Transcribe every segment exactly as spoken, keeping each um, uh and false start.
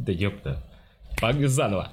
Да ёпта. Пак заново.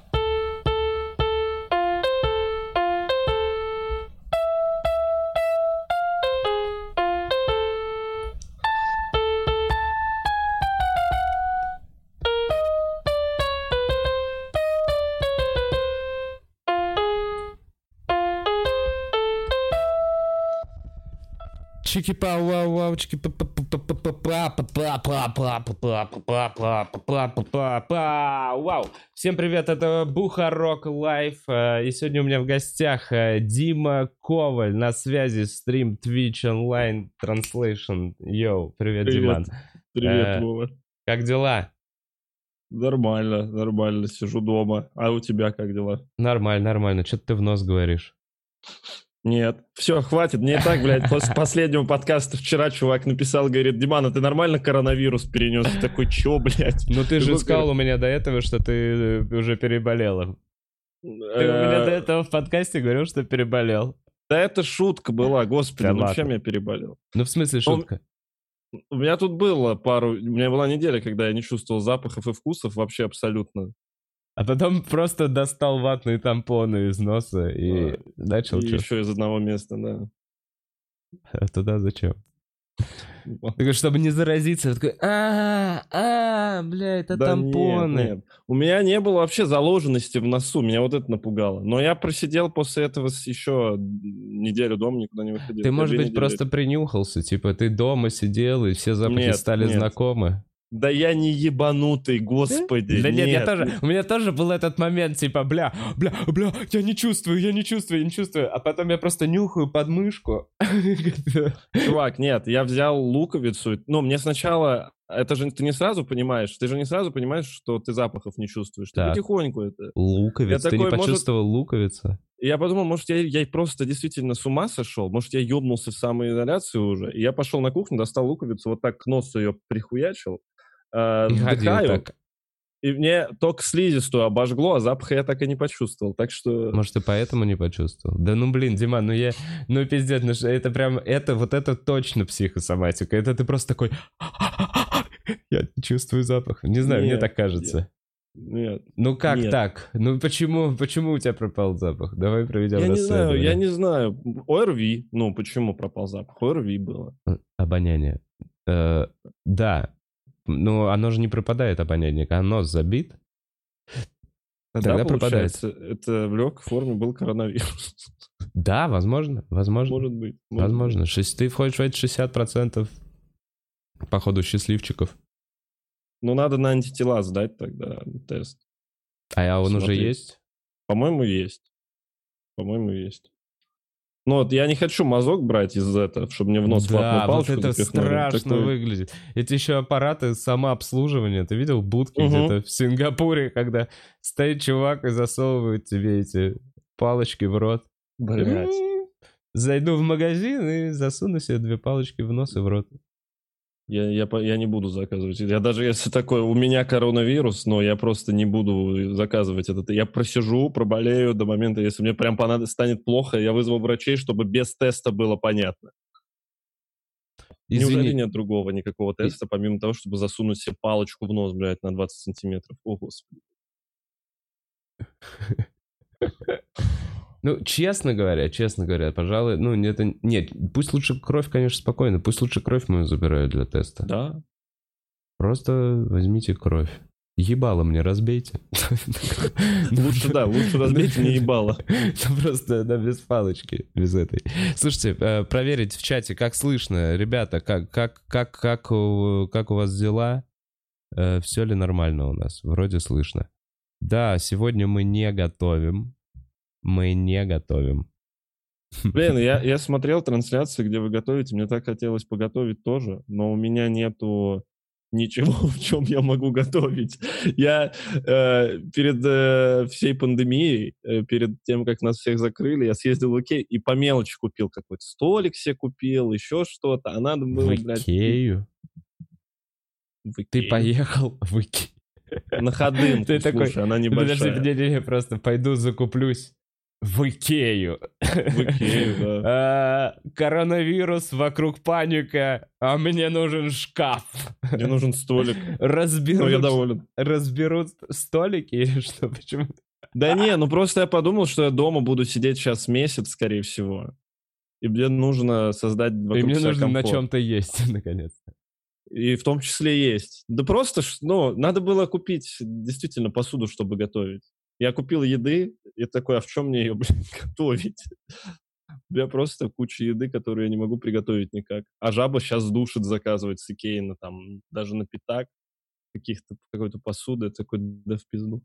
Чики па вау вау чики па па па па па па па па па па па па па па па вау. Всем привет, это Бухарок Лайв, и сегодня у меня в гостях Дима Коваль, на связи стрим Twitch Online Translation. Йоу, привет, Привет. Диман. Привет, Э, Вова. Как дела? Нормально, нормально, сижу дома. А у тебя как дела? Нормально, нормально. Что ты в нос говоришь? Нет. Все, хватит. Мне и так, блядь, после последнего подкаста вчера чувак написал, говорит: Диман, а ты нормально коронавирус перенес? Я такой: чё, блядь? Ну ты же Такой, сказал у меня до этого, что ты уже переболела. Ты у меня до э, этого в подкасте говорил, что переболел. Да это шутка была, господи, Да ну ладно. чем я переболел? Ну в смысле Ну, шутка? У меня тут было пару... У меня была неделя, когда я не чувствовал запахов и вкусов вообще абсолютно. А потом просто достал ватные тампоны из носа и А, начал И что? еще из одного места, да. А туда зачем? Такой, чтобы не заразиться. Такой, а, а, бля, это Да тампоны. нет, нет. У меня не было вообще заложенности в носу, меня вот это напугало. Но я просидел после этого с- еще неделю дома, никуда не выходил. Ты, Я может две быть, недели- просто принюхался. Типа, ты дома сидел, и все запахи Нет, стали нет. знакомы. Да я не ебанутый, господи. Да нет, я нет. тоже, у меня тоже был этот момент, типа, бля, бля, бля, я не чувствую, я не чувствую, я не чувствую. А потом я просто нюхаю подмышку. Чувак, нет, я взял луковицу. Ну, мне сначала... Это же ты не сразу понимаешь, ты же не сразу понимаешь, что ты запахов не чувствуешь. Ты Так. потихоньку это... Луковица, Я ты не такой, может- почувствовал луковица? И я подумал, может, я, я просто действительно с ума сошел, может, я ебнулся в самоизоляцию уже. И я пошел на кухню, достал луковицу, вот так к носу ее прихуячил, э, И ходил вдыхаю, так. и мне только слизистую обожгло, а запаха я так и не почувствовал. Так что... Может, ты поэтому не почувствовал? Да ну блин, Диман, ну я... Ну пиздец, ну что, это прям... Это вот это точно психосоматика. Это ты просто такой... Я не чувствую запах. Не знаю, мне Нет, так кажется. Нет. Ну как Нет. так? Ну почему, почему у тебя пропал запах? Давай проведем Я не знаю, расследование. я не знаю. ОРВИ, ну, почему пропал запах? ОРВИ было. Обоняние. Э, да. Ну, оно же не пропадает, обоняние. А нос забит. Тогда пропадает. получается, это в легкой форме был коронавирус. Да, возможно. Возможно. Может быть. может Возможно. Шесть- Ты входишь в эти шестьдесят процентов, походу, счастливчиков. быть. Ну, надо на антитела сдать тогда тест. А он уже Смотри. есть? По-моему, есть. По-моему, есть. Ну вот я не хочу мазок брать из этого, чтобы мне в нос Да, ватную вот палочку это запихнули. страшно Такой- выглядит. Эти еще аппараты самообслуживания. Ты видел будки Мгм. где-то в Сингапуре, когда стоит чувак и засовывает тебе эти палочки в рот? Блядь. М, Зайду в магазин и засуну себе две палочки в нос и в рот. Я, я, по- я не буду заказывать. Я даже если такой, у меня коронавирус, но я просто не буду заказывать этот. Я просижу, проболею до момента, если мне прям понадобится, станет плохо, я вызову врачей, чтобы без теста было понятно. Неужели Извини, нет другого никакого теста, помимо того, чтобы засунуть себе палочку в нос, блядь, на двадцать сантиметров? О, господи. ну, честно говоря, честно говоря, пожалуй, ну, это... Нет, пусть лучше кровь, конечно, спокойно, пусть лучше кровь мою забирают для теста. Да? Просто возьмите кровь. Ебало мне разбейте. Лучше, да, лучше разбейте мне ебало. Ну, просто, да, без палочки, без этой. Слушайте, э, проверить в чате, как слышно. Ребята, как, как, как, как, у, как у вас дела? Все ли нормально у нас? Вроде слышно. Да, сегодня мы не готовим. Мы не готовим. Блин, я, я смотрел трансляции, где вы готовите, мне так хотелось поготовить тоже, но у меня нету ничего, в чем я могу готовить. Я э, перед э, всей пандемией, э, перед тем, как нас всех закрыли, я съездил в Икею и по мелочи купил какой-то столик себе купил, еще что-то, а надо было, В блядь... Икею? в Ты Икею. поехал в Икею? На ходынку, Ты такой, слушай, она Подожди, небольшая. не, не, не, просто пойду закуплюсь. В Икею. В Икею, да. А, коронавирус, вокруг паника, а мне нужен шкаф. Мне нужен столик. Разберут, Ну, я доволен. разберут столики или что? Почему? Да не, ну просто я подумал, что я дома буду сидеть сейчас месяц, скорее всего. И мне нужно создать вокруг И мне себя нужно на комфорт. чем-то есть, наконец-то. И в том числе есть. Да просто, ш- ну, надо было купить действительно посуду, чтобы готовить. Я купил еды, и такой, а в чем мне ее, блин, готовить? У меня просто куча еды, которую я не могу приготовить никак. А жаба сейчас душит заказывать с Икеи на там, даже на пятак каких-то, какой-то посуды. Я такой, да в пизду.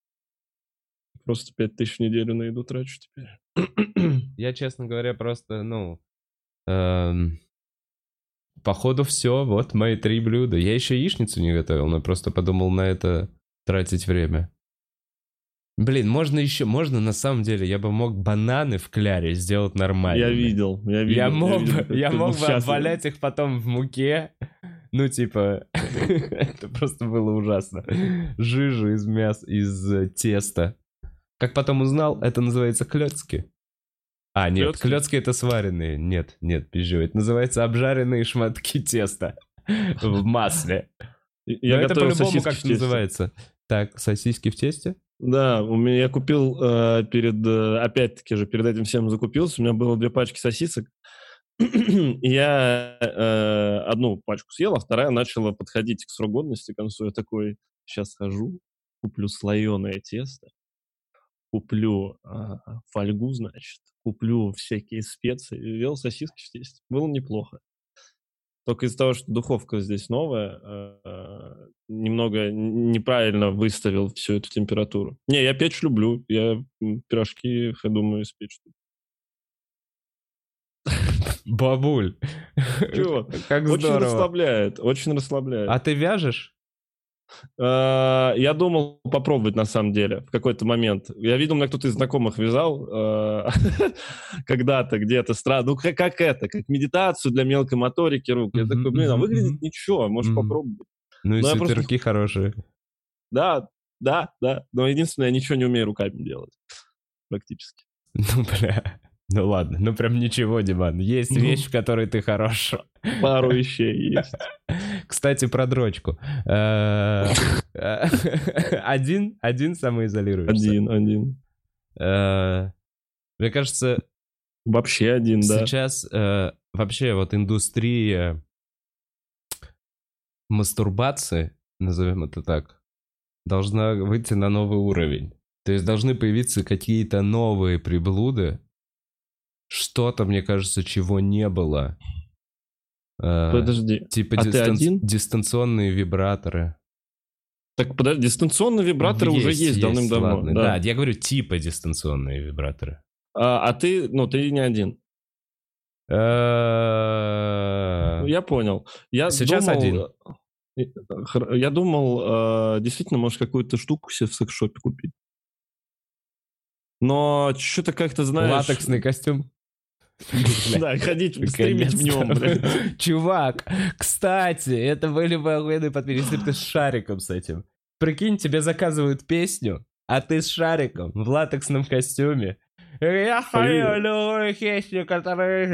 Просто пять тысяч в неделю на еду трачу теперь. Я, честно говоря, просто, ну... эм, походу все, вот мои три блюда. Я еще яичницу не готовил, но просто подумал на это тратить время. Блин, можно еще, можно на самом деле, я бы мог бананы в кляре сделать нормально. Я видел, я видел. Я мог видел, бы, как я ты был мог бы счастлив. обвалять их потом в муке. Ну, типа, это просто было ужасно. Жижа из мяса, из э, теста. Как потом узнал, это называется клёцки. А, нет, Клёцки? клёцки это сваренные. Нет, нет, пизжу. Это называется обжаренные шматки теста в масле. Я Но это готовил по-любому сосиски в как-то тесте. называется. Так, сосиски в тесте? Да, у меня я купил э, перед, э, опять-таки же, перед этим всем закупился, у меня было две пачки сосисок, и я э, одну пачку съел, а вторая начала подходить к срок годности к концу. Я такой, сейчас схожу, куплю слоеное тесто, куплю а, фольгу, значит, куплю всякие специи, и ел сосиски в тесте. Было неплохо. Только из-за того, что духовка здесь новая, э, немного неправильно выставил всю эту температуру. Не, я печь люблю. Я м, пирожки, я думаю, испечь. Бабуль. Чего? Как Очень здорово. расслабляет, очень расслабляет. А ты вяжешь? Э, Я думал попробовать, на самом деле, в какой-то момент. Я видел, у меня кто-то из знакомых вязал э, когда-то где-то странно. Ну, как, как это, как медитацию для мелкой моторики рук. Я Мгм, такой, блин, а мгм, выглядит мгм. ничего, можешь Мгм. попробовать. Ну и Но я просто- свитерки хорошие. Да, да, да. Но единственное, я ничего не умею руками делать. Практически. Ну, бля. Ну ладно, ну прям ничего, Диман. Есть Ну. вещь, в которой ты хорош. Пару вещей есть. Кстати, про дрочку. Э, Один, один самоизолируешься. Один, один. Э, Мне кажется, Вообще один, да. сейчас э, вообще вот индустрия мастурбации, назовем это так, должна выйти на новый уровень. То есть должны появиться какие-то новые приблуды, что-то, мне кажется, чего не было. Э, Подожди. Типа А ты дистан- один? дистанционные вибраторы. Так, подожди, дистанционные вибраторы уже есть давным-давно. ладно. Да. Да, я говорю типа дистанционные вибраторы. А, а ты, ну, ты не один. Э, Ну, я понял. Я Сейчас думал, один. э, хр- Я думал, э, действительно, может, какую-то штуку себе в секс-шопе купить. Но что-то как-то, знаешь... Латексный костюм. Да, ходить, стримить в нем, блядь. Наконец-то. Чувак, кстати, это были бы охуенные подписки, если бы ты с шариком с этим. Прикинь, тебе заказывают песню, а ты с шариком в латексном костюме. Я хочу любую песню, которая...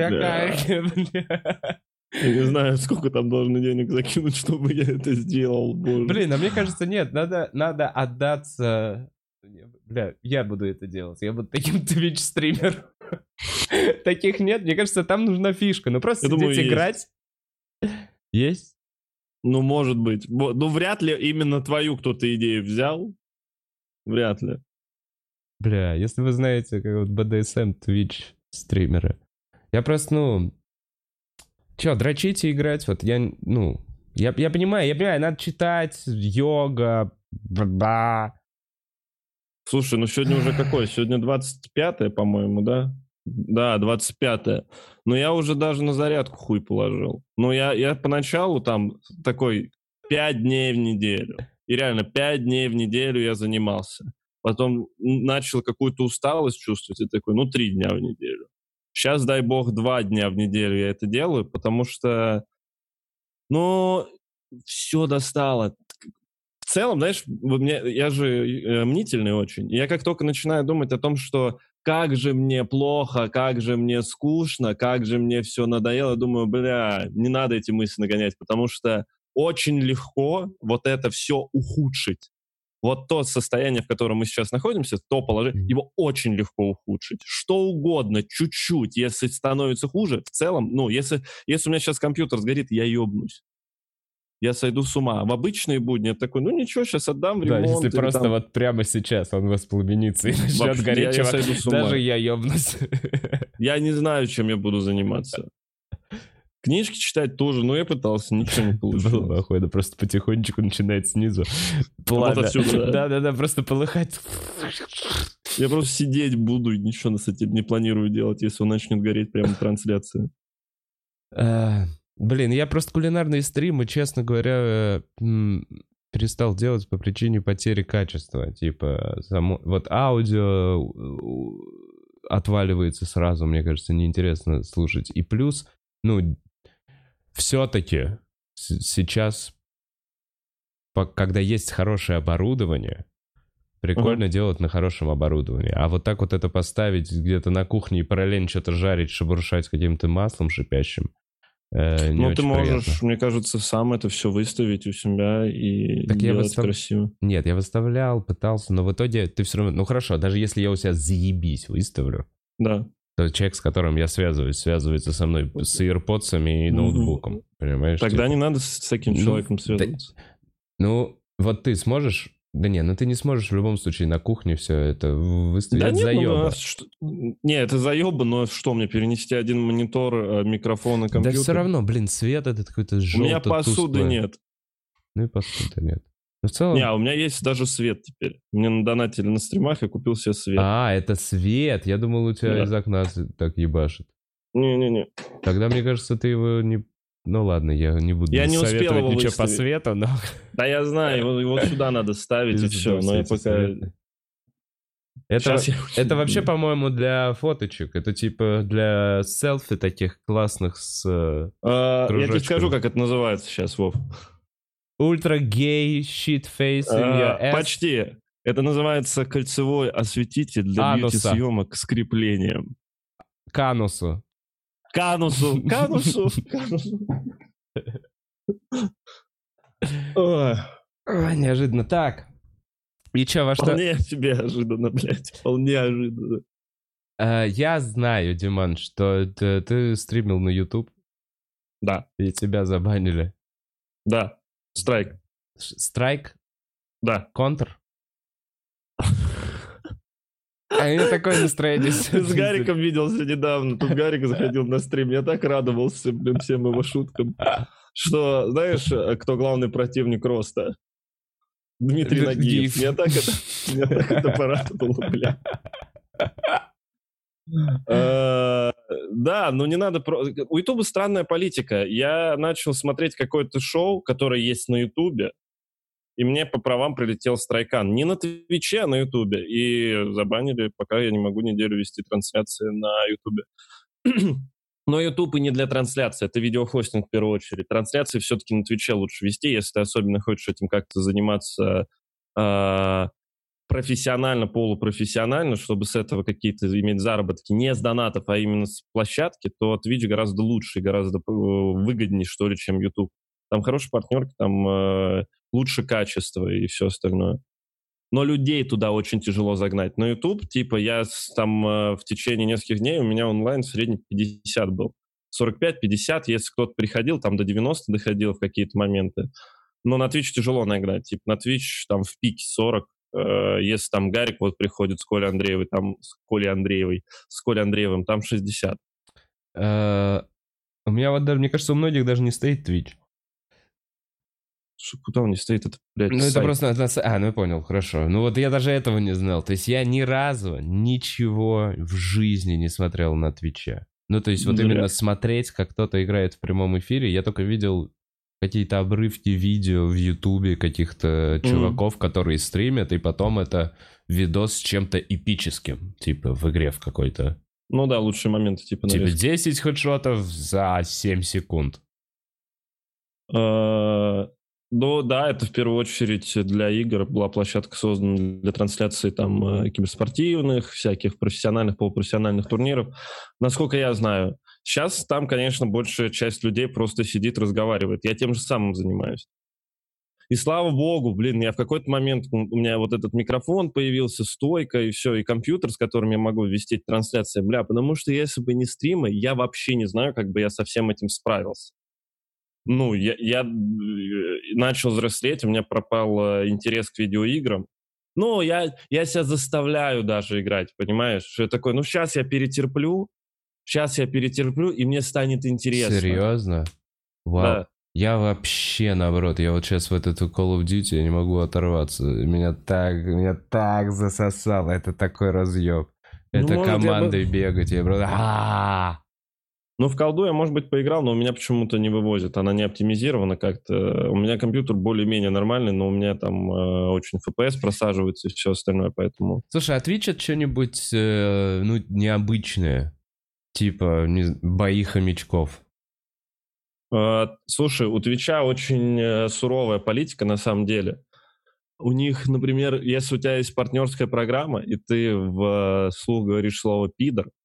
Я не знаю, сколько там должны денег закинуть, чтобы я это сделал, боже. Блин, а мне кажется, нет, надо, надо отдаться... Бля, я буду это делать, я буду таким Twitch-стримером. Таких нет, мне кажется, там нужна фишка. Ну просто Я думаю, сидеть есть. играть. Есть? Ну, может быть. Бо- Ну, вряд ли именно твою кто-то идею взял. Вряд ли. Бля, если вы знаете, как вот би ди эс эм Twitch стримеры. Я просто, ну... Чё, дрочить и играть? Вот я, ну... Я, я понимаю, я понимаю, надо читать, йога, ба. Слушай, ну сегодня уже какое? Сегодня двадцать пятое, по-моему, да? Да, двадцать пятое. Но я уже даже на зарядку хуй положил. Ну, я, я поначалу там такой пять дней в неделю. И реально пять дней в неделю я занимался. Потом начал какую-то усталость чувствовать и такой, ну, три дня в неделю. Сейчас, дай бог, два дня в неделю я это делаю, потому что, ну, все достало. В целом, знаешь, вот мне, я же э, мнительный очень. И я как только начинаю думать о том, что как же мне плохо, как же мне скучно, как же мне все надоело. Думаю, бля, не надо эти мысли нагонять, потому что очень легко вот это все ухудшить. Вот то состояние, в котором мы сейчас находимся, то положение, его очень легко ухудшить. Что угодно, чуть-чуть, если становится хуже, в целом, ну, если, если у меня сейчас компьютер сгорит, я ёбнусь. Я сойду с ума. В обычные будни я такой, ну ничего, сейчас отдам в ремонт. Да, если просто там... вот прямо сейчас он воспламенится и начнет Вообще, гореть, я, чувак, я сойду с ума. даже я ёбнусь. Я не знаю, чем я буду заниматься. Книжки читать тоже, но я пытался, ничего не получилось. Было охуенно, просто потихонечку начинает снизу пламя. Вот отсюда, да? Да-да-да, просто полыхать. Я просто сидеть буду и ничего с этим не планирую делать, если он начнет гореть прямо в трансляции. Блин, я просто кулинарные стримы, честно говоря, перестал делать по причине потери качества. Типа, само... вот аудио отваливается сразу, мне кажется, неинтересно слушать. И плюс, ну, все-таки сейчас, когда есть хорошее оборудование, прикольно uh-huh. делать на хорошем оборудовании. А вот так вот это поставить где-то на кухне и параллельно что-то жарить, шебуршать каким-то маслом шипящим, Э, ну, ты можешь, приятно. Мне кажется, сам это все выставить у себя и так делать выстав... красиво. Нет, я выставлял, пытался, но в итоге ты все равно... Ну, хорошо, даже если я у себя заебись выставлю, да. то человек, с которым я связываюсь, связывается со мной с AirPods'ами и ноутбуком, mm-hmm. понимаешь? Тогда типа... не надо с таким ну, человеком связываться. Да... Ну, вот ты сможешь... Да не, ну ты не сможешь в любом случае на кухне все это выставить. Да это нет, заеба. Ну, что... Не, это заеба, но что мне, перенести один монитор, микрофон и компьютер? Да все равно, блин, свет этот какой-то желтый. У меня посуды тусклый. нет. Ну и посуды нет. Но в целом... Не, а у меня есть даже свет теперь. Мне надонатили на стримах, я купил себе свет. А, это свет. Я думал, у тебя да. из окна так ебашит. Не-не-не. Тогда, мне кажется, ты его не... Ну ладно, я не буду я не советовать успел его ничего выставить. по свету, но... Да я знаю, его, его сюда надо ставить и все, но я пока... Это, это вообще, по-моему, для фоточек. Это типа для селфи таких классных с а, Я тебе скажу, как это называется сейчас, Вов. Ультра гей shit face in your ass. Почти. Это называется кольцевой осветитель для бьюти-съемок с креплением. Канусу. Канусу, канусу, канусу. Ой, неожиданно. Так. И чё, во что... Вполне себе ожиданно, блядь. Вполне ожиданно. Uh, я знаю, Диман, что ты, ты стримил на YouTube. Да. И тебя забанили. Да. Страйк. Страйк? Да. Контр? А у меня такое настроение. Ты с Гариком виделся недавно. Тут Гарик заходил на стрим. Я так радовался, блин, всем его шуткам. Что, знаешь, кто главный противник роста? Дмитрий Нагиев. Меня так это, меня так это порадовало, бля. Да, но не надо... У Ютуба странная политика. Я начал смотреть какое-то шоу, которое есть на Ютубе, и мне по правам прилетел страйкан. Не на Твиче, а на Ютубе. И забанили, пока я не могу неделю вести трансляции на Ютубе. Но YouTube и не для трансляции, это видеохостинг в первую очередь. Трансляции все-таки на Твиче лучше вести, если ты особенно хочешь этим как-то заниматься э, профессионально, полупрофессионально, чтобы с этого какие-то иметь заработки не с донатов, а именно с площадки, то Twitch гораздо лучше, гораздо выгоднее, что ли, чем YouTube. Там хорошие партнерки, там э, лучше качество и все остальное. Но людей туда очень тяжело загнать. На YouTube, типа, я там э, в течение нескольких дней, у меня онлайн в среднем пятьдесят был. сорок пять пятьдесят, если кто-то приходил, там до девяносто доходил в какие-то моменты. Но на Twitch тяжело нагнать. Типа, на Twitch там в пике сорок. Э, если там Гарик вот приходит с Колей Андреевой, там с Колей Андреевой, с Колей Андреевым, там шестьдесят. У меня вот даже, мне кажется, у многих даже не стоит Twitch. Куда он не стоит? Это, блядь, ну, сайт. это просто... А, ну, я понял, хорошо. Ну, вот я даже этого не знал. То есть я ни разу ничего в жизни не смотрел на Твиче. Ну, то есть вот Зря. Именно смотреть, как кто-то играет в прямом эфире, я только видел какие-то обрывки видео в Ютубе каких-то mm. чуваков, которые стримят, и потом это видос с чем-то эпическим, типа в игре в какой-то. Ну да, лучшие моменты, типа нарезки. Типа десять хедшотов за семь секунд. Uh... Ну да, это в первую очередь для игр была площадка создана для трансляции там э, киберспортивных, всяких профессиональных, полупрофессиональных турниров. Насколько я знаю, сейчас там, конечно, большая часть людей просто сидит, разговаривает. Я тем же самым занимаюсь. И слава богу, блин, я в какой-то момент, у меня вот этот микрофон появился, стойка и все, и компьютер, с которым я могу вести трансляции, бля, потому что если бы не стримы, я вообще не знаю, как бы я со всем этим справился. Ну, я, я начал взрослеть, у меня пропал э, интерес к видеоиграм. Ну, я, я себя заставляю даже играть, понимаешь? Что я такой, ну, сейчас я перетерплю, сейчас я перетерплю, и мне станет интересно. Серьезно? Вау. Да. Я вообще наоборот, я вот сейчас в этот Call of Duty я не могу оторваться. Меня так, меня так засосало, это такой разъеб. Ну, Это может, я бы- командой бегать, я просто... А-а-а! Ну, в колду я, может быть, поиграл, но у меня почему-то не вывозит. Она не оптимизирована как-то. У меня компьютер более-менее нормальный, но у меня там э, очень эф пи эс просаживается и все остальное, поэтому... Слушай, а Twitch это что-нибудь, э, ну, необычное? Типа, не з- бои хомячков. Э, слушай, у Твича очень э, суровая политика на самом деле. У них, например, если у тебя есть партнерская программа, и ты в слух говоришь слово «пидор», э,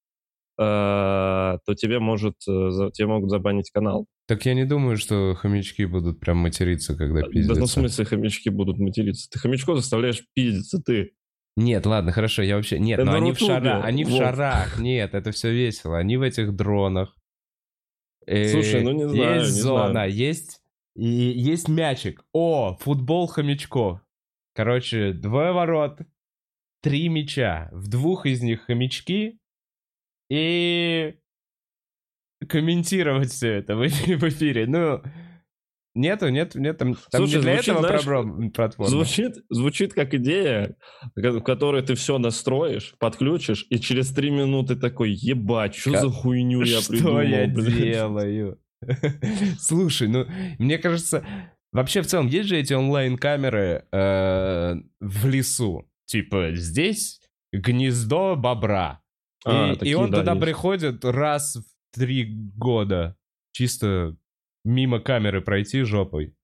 то тебе, может, э, за- тебе могут забанить канал. Так я не думаю, что хомячки будут прям материться, когда Да, ну, в пиздятся. смысле, хомячки будут материться. Ты хомячков заставляешь пиздиться, ты. Нет, ладно, хорошо, я вообще... Нет, Да но на они в Рутубе, шарах, они в Вов. шарах, нет, это все весело. Они в этих дронах. Э, Слушай, ну не знаю, Есть не зона, знаю. есть... И есть мячик. О, футбол хомячков. Короче, двое ворот, три мяча. В двух из них хомячки. И комментировать все это в эфи- в эфире. Ну, нету, нет, нет, там, там Слушай, не для звучит, этого знаешь, проблем- платформа. Звучит, звучит как идея, ко- в которой ты все настроишь, подключишь, и через три минуты такой, ебать, что Ка- за хуйню я Что придумал, я блядь?» делаю? Слушай, ну, мне кажется, вообще в целом есть же эти онлайн-камеры э, в лесу. Типа, здесь гнездо бобра. И, А, и такие, он да, туда есть. приходит раз в три года. Чисто мимо камеры пройти жопой.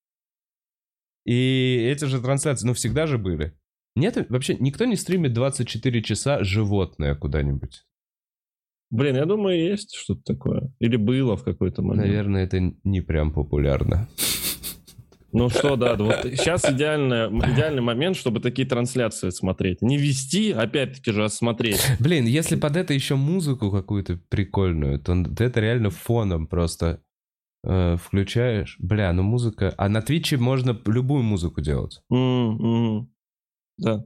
И эти же трансляции, ну, всегда же были. Нет, вообще никто не стримит двадцать четыре часа животное куда-нибудь. Блин, я думаю, есть что-то такое. Или было в какой-то момент. Наверное, это не прям популярно. Ну что, да, да, вот сейчас идеальный, идеальный момент, чтобы такие трансляции смотреть. Не вести, опять-таки же, а смотреть. Блин, если под это еще музыку какую-то прикольную, то это реально фоном просто э, включаешь. Бля, ну музыка... А на Твиче можно любую музыку делать. М, м. Да.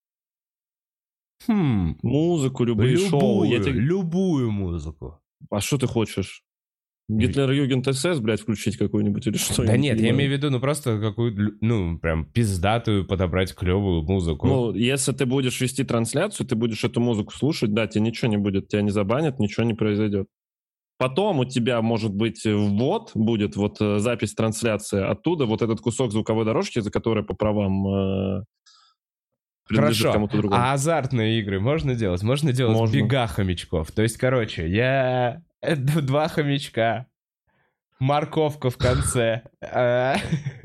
Хм, Музыку, любые любую, шоу. Я тебе- любую музыку. А что ты хочешь? Гитлер-Югент эс эс, блядь, включить какой-нибудь или что? Да не нет, я понимаю. имею в виду, ну просто какую-то, ну, прям пиздатую подобрать клевую музыку. Ну, если ты будешь вести трансляцию, ты будешь эту музыку слушать, да, тебе ничего не будет, тебя не забанят, ничего не произойдет. Потом у тебя, может быть, ввод будет, вот э, запись трансляции, оттуда вот этот кусок звуковой дорожки, за который по правам э, принадлежит Хорошо, кому-то другому. а азартные игры можно делать? Можно делать Можно. бега хомячков. То есть, короче, я... это два хомячка, морковка в конце. А,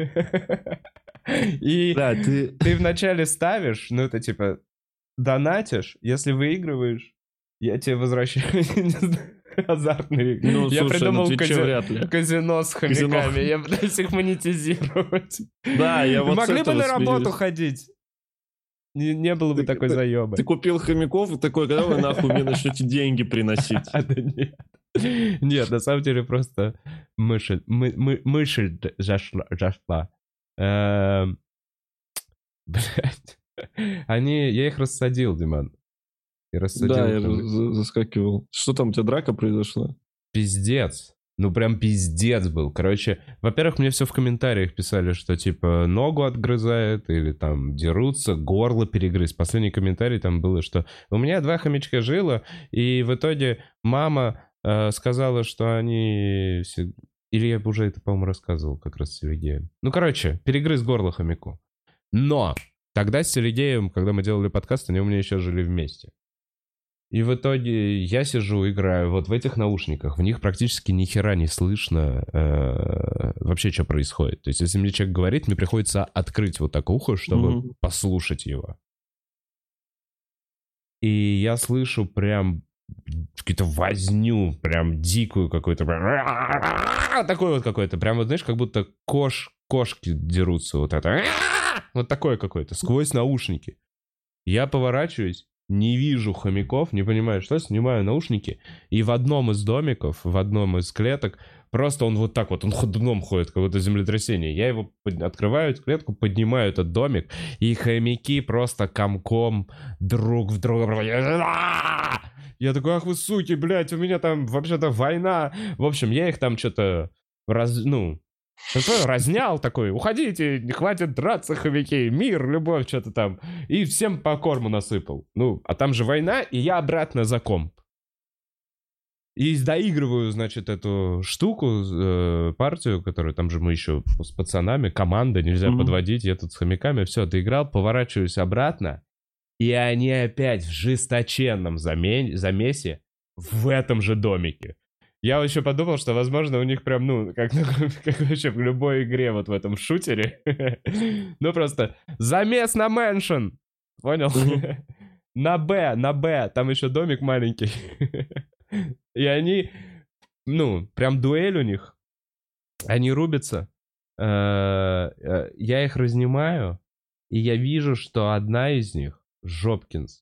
И Да, ты... ты вначале ставишь, ну это типа донатишь, если выигрываешь, я тебе возвращаю не знаю, азартные игры. Ну, Я слушай, придумал на Твиче кази- вряд ли. казино с Казино. хомяками, я пытаюсь их монетизировать. Да, я вот с Могли бы этого на работу смеюсь. ходить. Не, не было бы Ты- такой ты- заебы. Ты купил хомяков и такой, когда вы нахуй мне начнете деньги приносить? А, да нет. Нет, на самом деле просто мысль, мы, мы, мысль зашла. зашла. Эм, Блядь. Они, я их рассадил, Диман. Я рассадил. Да, я там. за- заскакивал. Что там, у тебя драка произошла? Пиздец. Ну, прям пиздец был. Короче, во-первых, мне все в комментариях писали, что, типа, ногу отгрызает или, там, дерутся, горло перегрыз. Последний комментарий там было, что у меня два хомячка жило, и в итоге мама э, сказала, что они... се- Или я уже это, по-моему, рассказывал как раз с Сергеем. Ну, короче, перегрыз горло хомяку. Но тогда с Сергеем, когда мы делали подкаст, они у меня еще жили вместе. И в итоге я сижу, играю вот в этих наушниках, в них практически ни хера не слышно э, вообще, что происходит. То есть, если мне человек говорит, мне приходится открыть вот так ухо, чтобы mm-hmm. послушать его. И я слышу прям какую-то возню, прям дикую какую-то, прям такой вот какой-то, прям вот, знаешь, как будто кош, кошки дерутся, вот это, вот такое какое-то, сквозь наушники. Я поворачиваюсь, не вижу хомяков, не понимаю, что, снимаю наушники, и в одном из домиков, в одном из клеток, просто он вот так вот, он ходуном ходит, как будто землетрясение. Я его под... открываю, эту клетку, поднимаю этот домик, и хомяки просто комком друг в друга. Я такой, ах вы суки, блядь, у меня там вообще-то война. В общем, я их там что-то раз... ну... разнял такой, уходите, не хватит драться, хомяки, мир, любовь, что-то там. И всем по корму насыпал. Ну, а там же война, и я обратно за комп. И доигрываю, значит, эту штуку, э, партию, которую там же мы еще с пацанами, команда, нельзя mm-hmm. подводить, я тут с хомяками, все, доиграл, поворачиваюсь обратно, и они опять в жесточенном заме- замесе в этом же домике. Я еще подумал, что, возможно, у них прям, ну, как, как вообще в любой игре вот в этом шутере. Ну, просто замес на мэншн. Понял? Mm-hmm. На Б, на Б. Там еще домик маленький. И они, ну, прям дуэль у них. Они рубятся. Я их разнимаю, и я вижу, что одна из них, Жопкинс,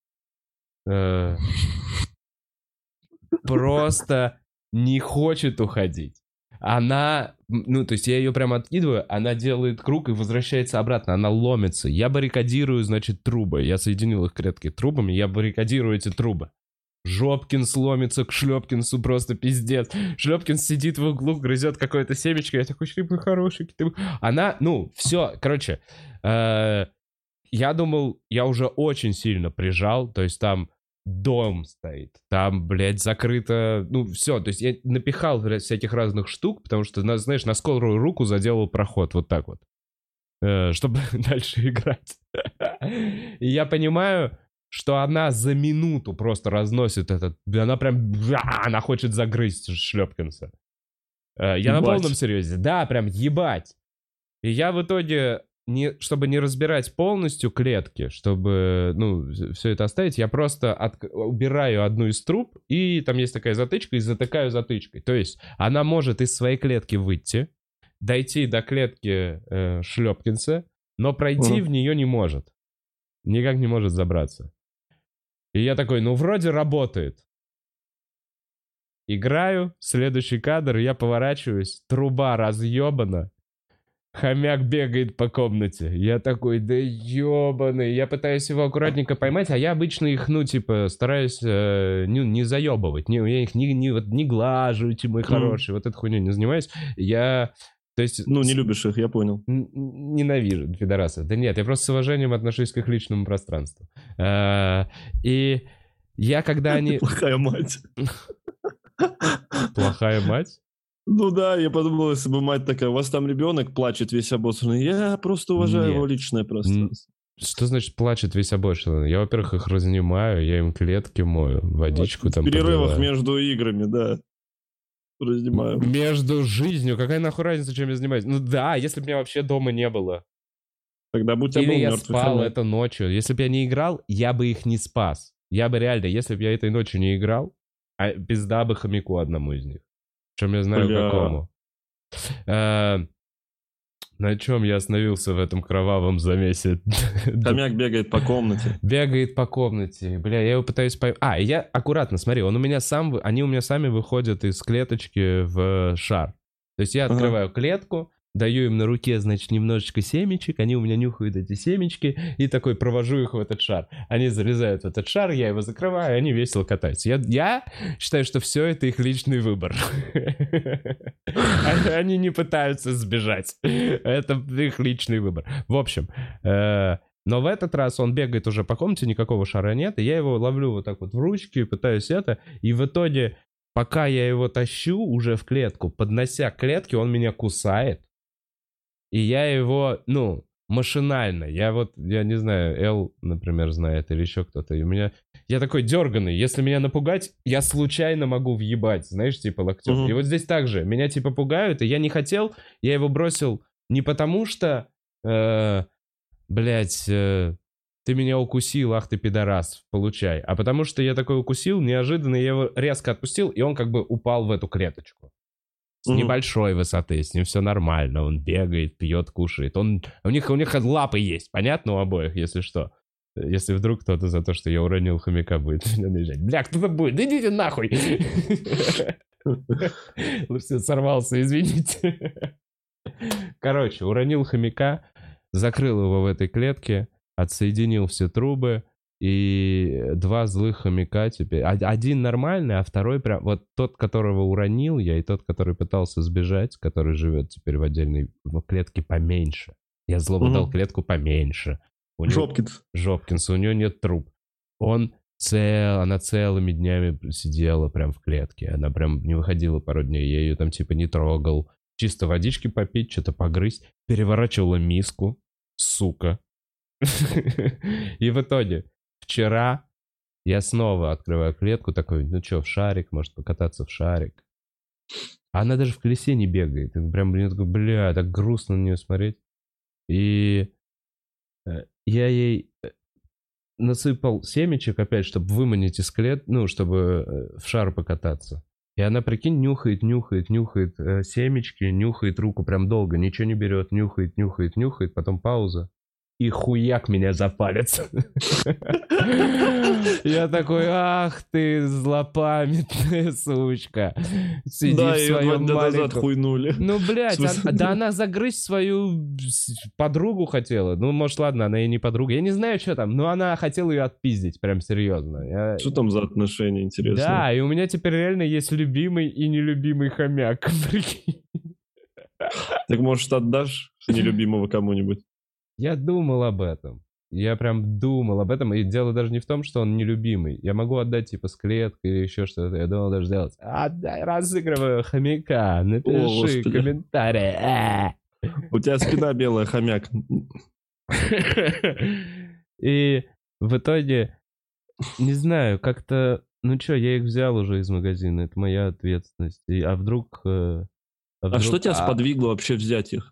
просто... не хочет уходить. Она, ну, то есть я ее прямо откидываю, она делает круг и возвращается обратно, она ломится. Я баррикадирую, значит, трубы. Я соединил их клетки трубами, я баррикадирую эти трубы. Жопкинс ломится к Шлепкинсу, просто пиздец. Шлепкинс сидит в углу, грызет какое-то семечко, я такой, ты хороший. Ты... Она, ну, все, короче, э- я думал, я уже очень сильно прижал, то есть там дом стоит, там, блядь, закрыто, ну, все, то есть я напихал всяких разных штук, потому что, знаешь, на скорую руку заделал проход, вот так вот, э, чтобы дальше играть. И я понимаю, что она за минуту просто разносит этот, она прям, она хочет загрызть Шлепкинса. Э, я ебать. На полном серьезе, да, прям ебать. И я в итоге... Не, чтобы не разбирать полностью клетки, чтобы, ну, все это оставить, я просто от, убираю одну из труб, и там есть такая затычка, и затыкаю затычкой. То есть она может из своей клетки выйти, дойти до клетки э, Шлепкинса, но пройти uh-huh. в нее не может. Никак не может забраться. И я такой, ну, вроде работает. Играю, следующий кадр, я поворачиваюсь, труба разъебана. Хомяк бегает по комнате. Я такой, да ебаный. Я пытаюсь его аккуратненько поймать, а я обычно их, ну, типа, стараюсь э, не, не заебывать. Не, я их не, не, вот, не глажу, эти мои хорошие. Mm. Вот этой хуйней не занимаюсь. Я, то есть... Ну, не любишь их, я понял. Н- ненавижу пидорасов. Да нет, я просто с уважением отношусь к их личному пространству. А, и я, когда они... Плохая мать. Плохая мать? Ну да, я подумал, если бы мать такая, у вас там ребенок плачет весь обоссанный, я просто уважаю Нет. его личное пространство. Что значит плачет весь обоссанный? Я, во-первых, их разнимаю, я им клетки мою, водичку вот, там в перерывах подливаю. Между играми, да. Разнимаю. Между жизнью, какая нахуй разница, чем я занимаюсь? Ну да, если бы меня вообще дома не было. Тогда будь я был Или я мертвый спал хомяк. это ночью. Если бы я не играл, я бы их не спас. Я бы реально, если бы я этой ночью не играл, а пизда бы хомяку одному из них. Причем я знаю, Бля. какому. А, на чем я остановился в этом кровавом замесе? Хомяк бегает по комнате. Бегает по комнате. Бля, я его пытаюсь... По... А, я аккуратно, смотри, он у меня сам... Они у меня сами выходят из клеточки в шар. То есть я открываю ага. клетку, даю им на руке, значит, немножечко семечек, они у меня нюхают эти семечки, и такой провожу их в этот шар. Они залезают в этот шар, я его закрываю, и они весело катаются. Я, я считаю, что все это их личный выбор. Они не пытаются сбежать. Это их личный выбор. В общем, но в этот раз он бегает уже по комнате, никакого шара нет, и я его ловлю вот так вот в ручки, пытаюсь это, и в итоге, пока я его тащу уже в клетку, поднося к клетке, он меня кусает. И я его, ну, машинально. Я вот, я не знаю, Эл, например, знает, или еще кто-то. И у меня... Я такой дерганый. Если меня напугать, я случайно могу въебать, знаешь, типа локтем. Мгм. И вот здесь также. Меня типа пугают, и я не хотел. Я его бросил не потому что... э, блядь, э, ты меня укусил, ах ты пидорас, получай. А потому что я такой укусил, неожиданно я его резко отпустил, и он как бы упал в эту клеточку. С Мгм. небольшой высоты, с ним все нормально. Он бегает, пьет, кушает. Он... У них, у них лапы есть, понятно, у обоих, если что. Если вдруг кто-то за то, что я уронил хомяка, будет меня наезжать. Бля, кто-то будет, да идите нахуй. Все, сорвался, извините. Короче, уронил хомяка, закрыл его в этой клетке, отсоединил все трубы, и два злых хомяка теперь. Один нормальный, а второй прям... Вот тот, которого уронил я, и тот, который пытался сбежать, который живет теперь в отдельной в клетке поменьше. Я злому дал Мгм. клетку поменьше. У него- Жопкинс. Жопкинс, у него нет труб. Он цел, она целыми днями сидела прям в клетке. Она прям не выходила пару дней. Я ее там типа не трогал. Чисто водички попить, что-то погрызть. Переворачивала миску. Сука. И в итоге вчера я снова открываю клетку, такой, ну что, в шарик, может покататься в шарик. А она даже в колесе не бегает. И прям, блин, такой, бля, так грустно на нее смотреть. И э, я ей э, насыпал семечек опять, чтобы выманить из клет, ну, чтобы э, в шар покататься. И она, прикинь, нюхает, нюхает, нюхает э, семечки, нюхает руку прям долго, ничего не берет, нюхает, нюхает, нюхает, потом пауза. И хуяк меня за палец. Я такой, ах ты злопамятная сучка. Сиди Да, в ее два своем дня назад маленьком... хуйнули. Ну, блядь, В смысле? а- да она загрызть свою с- подругу хотела. Ну, может, ладно, она и не подруга. Я не знаю, что там, но она хотела ее отпиздить, прям серьезно. Я- Что там за отношения, интересно? Да, и у меня теперь реально есть любимый и нелюбимый хомяк. Прикинь. Так, может, отдашь нелюбимого кому-нибудь? Я думал об этом. Я прям думал об этом. И дело даже не в том, что он нелюбимый. Я могу отдать типа с клеткой или еще что-то. Я думал даже сделать. Отдай, разыгрываю хомяка. Напиши Господи. комментарий. Э. У тебя спина белая, хомяк. И в итоге, не знаю, как-то... Ну что, я их взял уже из магазина. Это моя ответственность. И, а вдруг... э, А вдруг- что тебя а, сподвигло вообще взять их?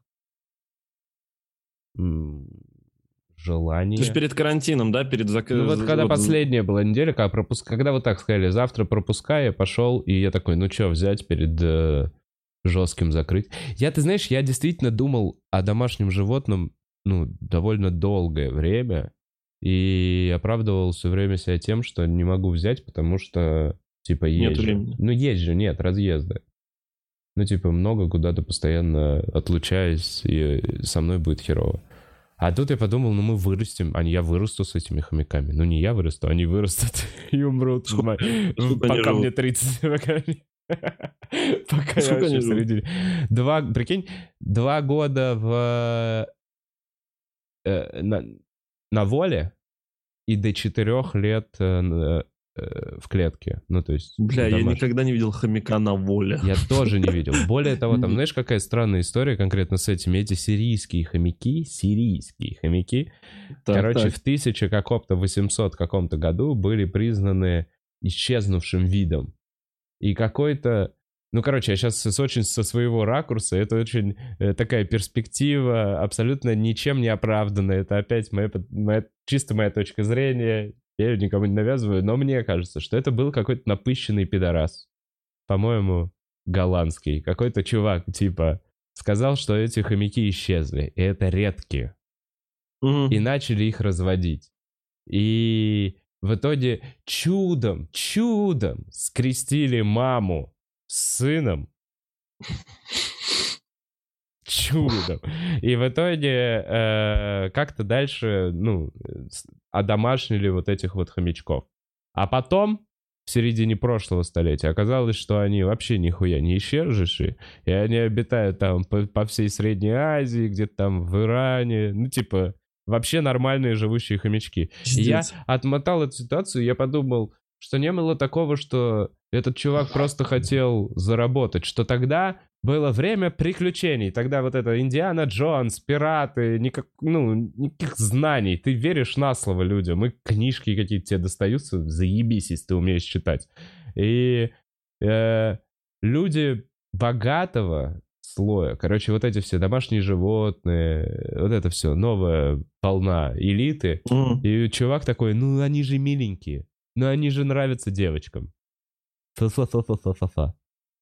м, Желание. Ты же перед карантином, да? Перед зак... Ну вот когда вот- последняя была неделя, когда, пропуск... когда вот так сказали, завтра пропускай, я пошел, и я такой, ну что, взять перед э, жестким закрыть. Я, ты знаешь, я действительно думал о домашнем животном, ну, довольно долгое время, и оправдывал все время себя тем, что не могу взять, потому что, типа, Нет есть же. времени. Ну, есть же, нет, разъезда. Ну, типа, много куда-то постоянно отлучаюсь, и со мной будет херово. А тут я подумал, ну мы вырастем, а не я вырасту с этими хомяками. Ну не я вырасту, они вырастут и умрут. в мо- сколько они Пока живут? мне тридцать. Пока мне- пока я Сколько вообще они в живут? середине. Два, прикинь, два года в... э, на, на воле и до четырех лет э, на- э, в клетке. Ну то есть... Бля, я домашнем. никогда не видел хомяка на воле. Я тоже не видел. Более того, там, Не- знаешь, какая странная история конкретно с этими? Эти сирийские хомяки, сирийские хомяки, Так, короче, так. в тысяча каком-то восемьсот каком-то году были признаны исчезнувшим видом. И какой-то... Ну, короче, я сейчас с, очень со своего ракурса, это очень э, такая перспектива, абсолютно ничем не оправданная. Это опять моя, под- моя- чисто моя точка зрения. Я ее никому не навязываю, но мне кажется, что это был какой-то напыщенный пидорас. По-моему, голландский. Какой-то чувак, типа, сказал, что эти хомяки исчезли, и это редкие. Мгм. И начали их разводить. И в итоге чудом, чудом скрестили маму с сыном. Чудом. И в итоге э, как-то дальше, ну, с- одомашнили вот этих вот хомячков. А потом, в середине прошлого столетия, оказалось, что они вообще нихуя не исчезнувшие, и они обитают там по, по всей Средней Азии, где-то там в Иране, ну, типа, вообще нормальные живущие хомячки. И я Пиздец. отмотал эту ситуацию, и я подумал, что не было такого, что этот чувак просто хотел заработать, что тогда было время приключений. Тогда вот это Индиана Джонс, пираты, никак, ну, никаких знаний. Ты веришь на слово людям. И книжки какие-то тебе достаются. Заебись, если ты умеешь читать. И э, люди богатого слоя, короче, вот эти все домашние животные, вот это все, новая волна элиты. Mm. И чувак такой, ну, они же миленькие. Ну, они же нравятся девочкам. Фа-фа-фа-фа-фа-фа.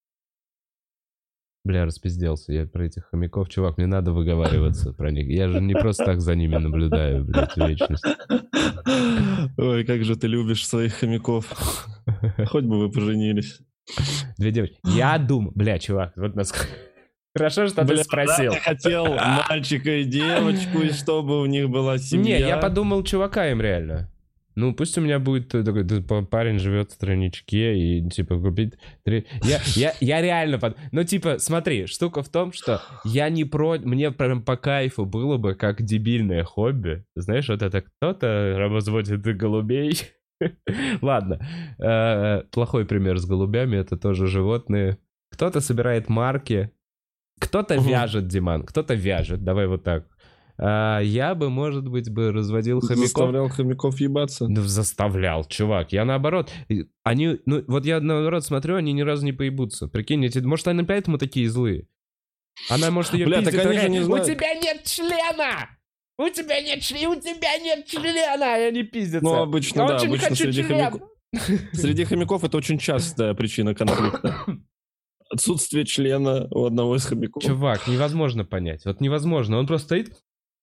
Бля, распизделся я про этих хомяков. Чувак, мне надо выговариваться про них. Я же не просто так за ними наблюдаю, блядь, вечность. Ой, как же ты любишь своих хомяков. Хоть бы вы поженились. Две девочки. Я думаю... Бля, чувак, вот нас... Хорошо, что Бля, ты спросил. Да, ты хотел мальчика и девочку, и чтобы у них была семья. Не, я подумал, чувака им реально. Ну, пусть у меня будет такой парень живет в страничке и, типа, купить... Три... Я, я, я реально... Под... Ну, типа, смотри, штука в том, что я не про... Мне прям по кайфу было бы как дебильное хобби. Знаешь, вот это кто-то разводит голубей. Ладно. Плохой пример с голубями. Это тоже животные. Кто-то собирает марки. Кто-то вяжет, Диман. Кто-то вяжет. Давай вот так. А, я бы, может быть, бы разводил хомяков. Заставлял хомяков ебаться? Ну, заставлял, чувак. Я наоборот. Они, ну, вот я наоборот смотрю, они ни разу не поебутся. Прикинь, эти, может, они поэтому такие злые. Она, может, ее Бля, пиздит, так они такая, же не у знают. тебя нет члена! У тебя нет члена! У тебя нет члена! И они пиздятся. Ну, обычно, я да, очень обычно хочу среди член. хомяков... Среди хомяков это очень частая причина конфликта. Отсутствие члена у одного из хомяков. Чувак, невозможно понять. Вот невозможно. Он просто стоит...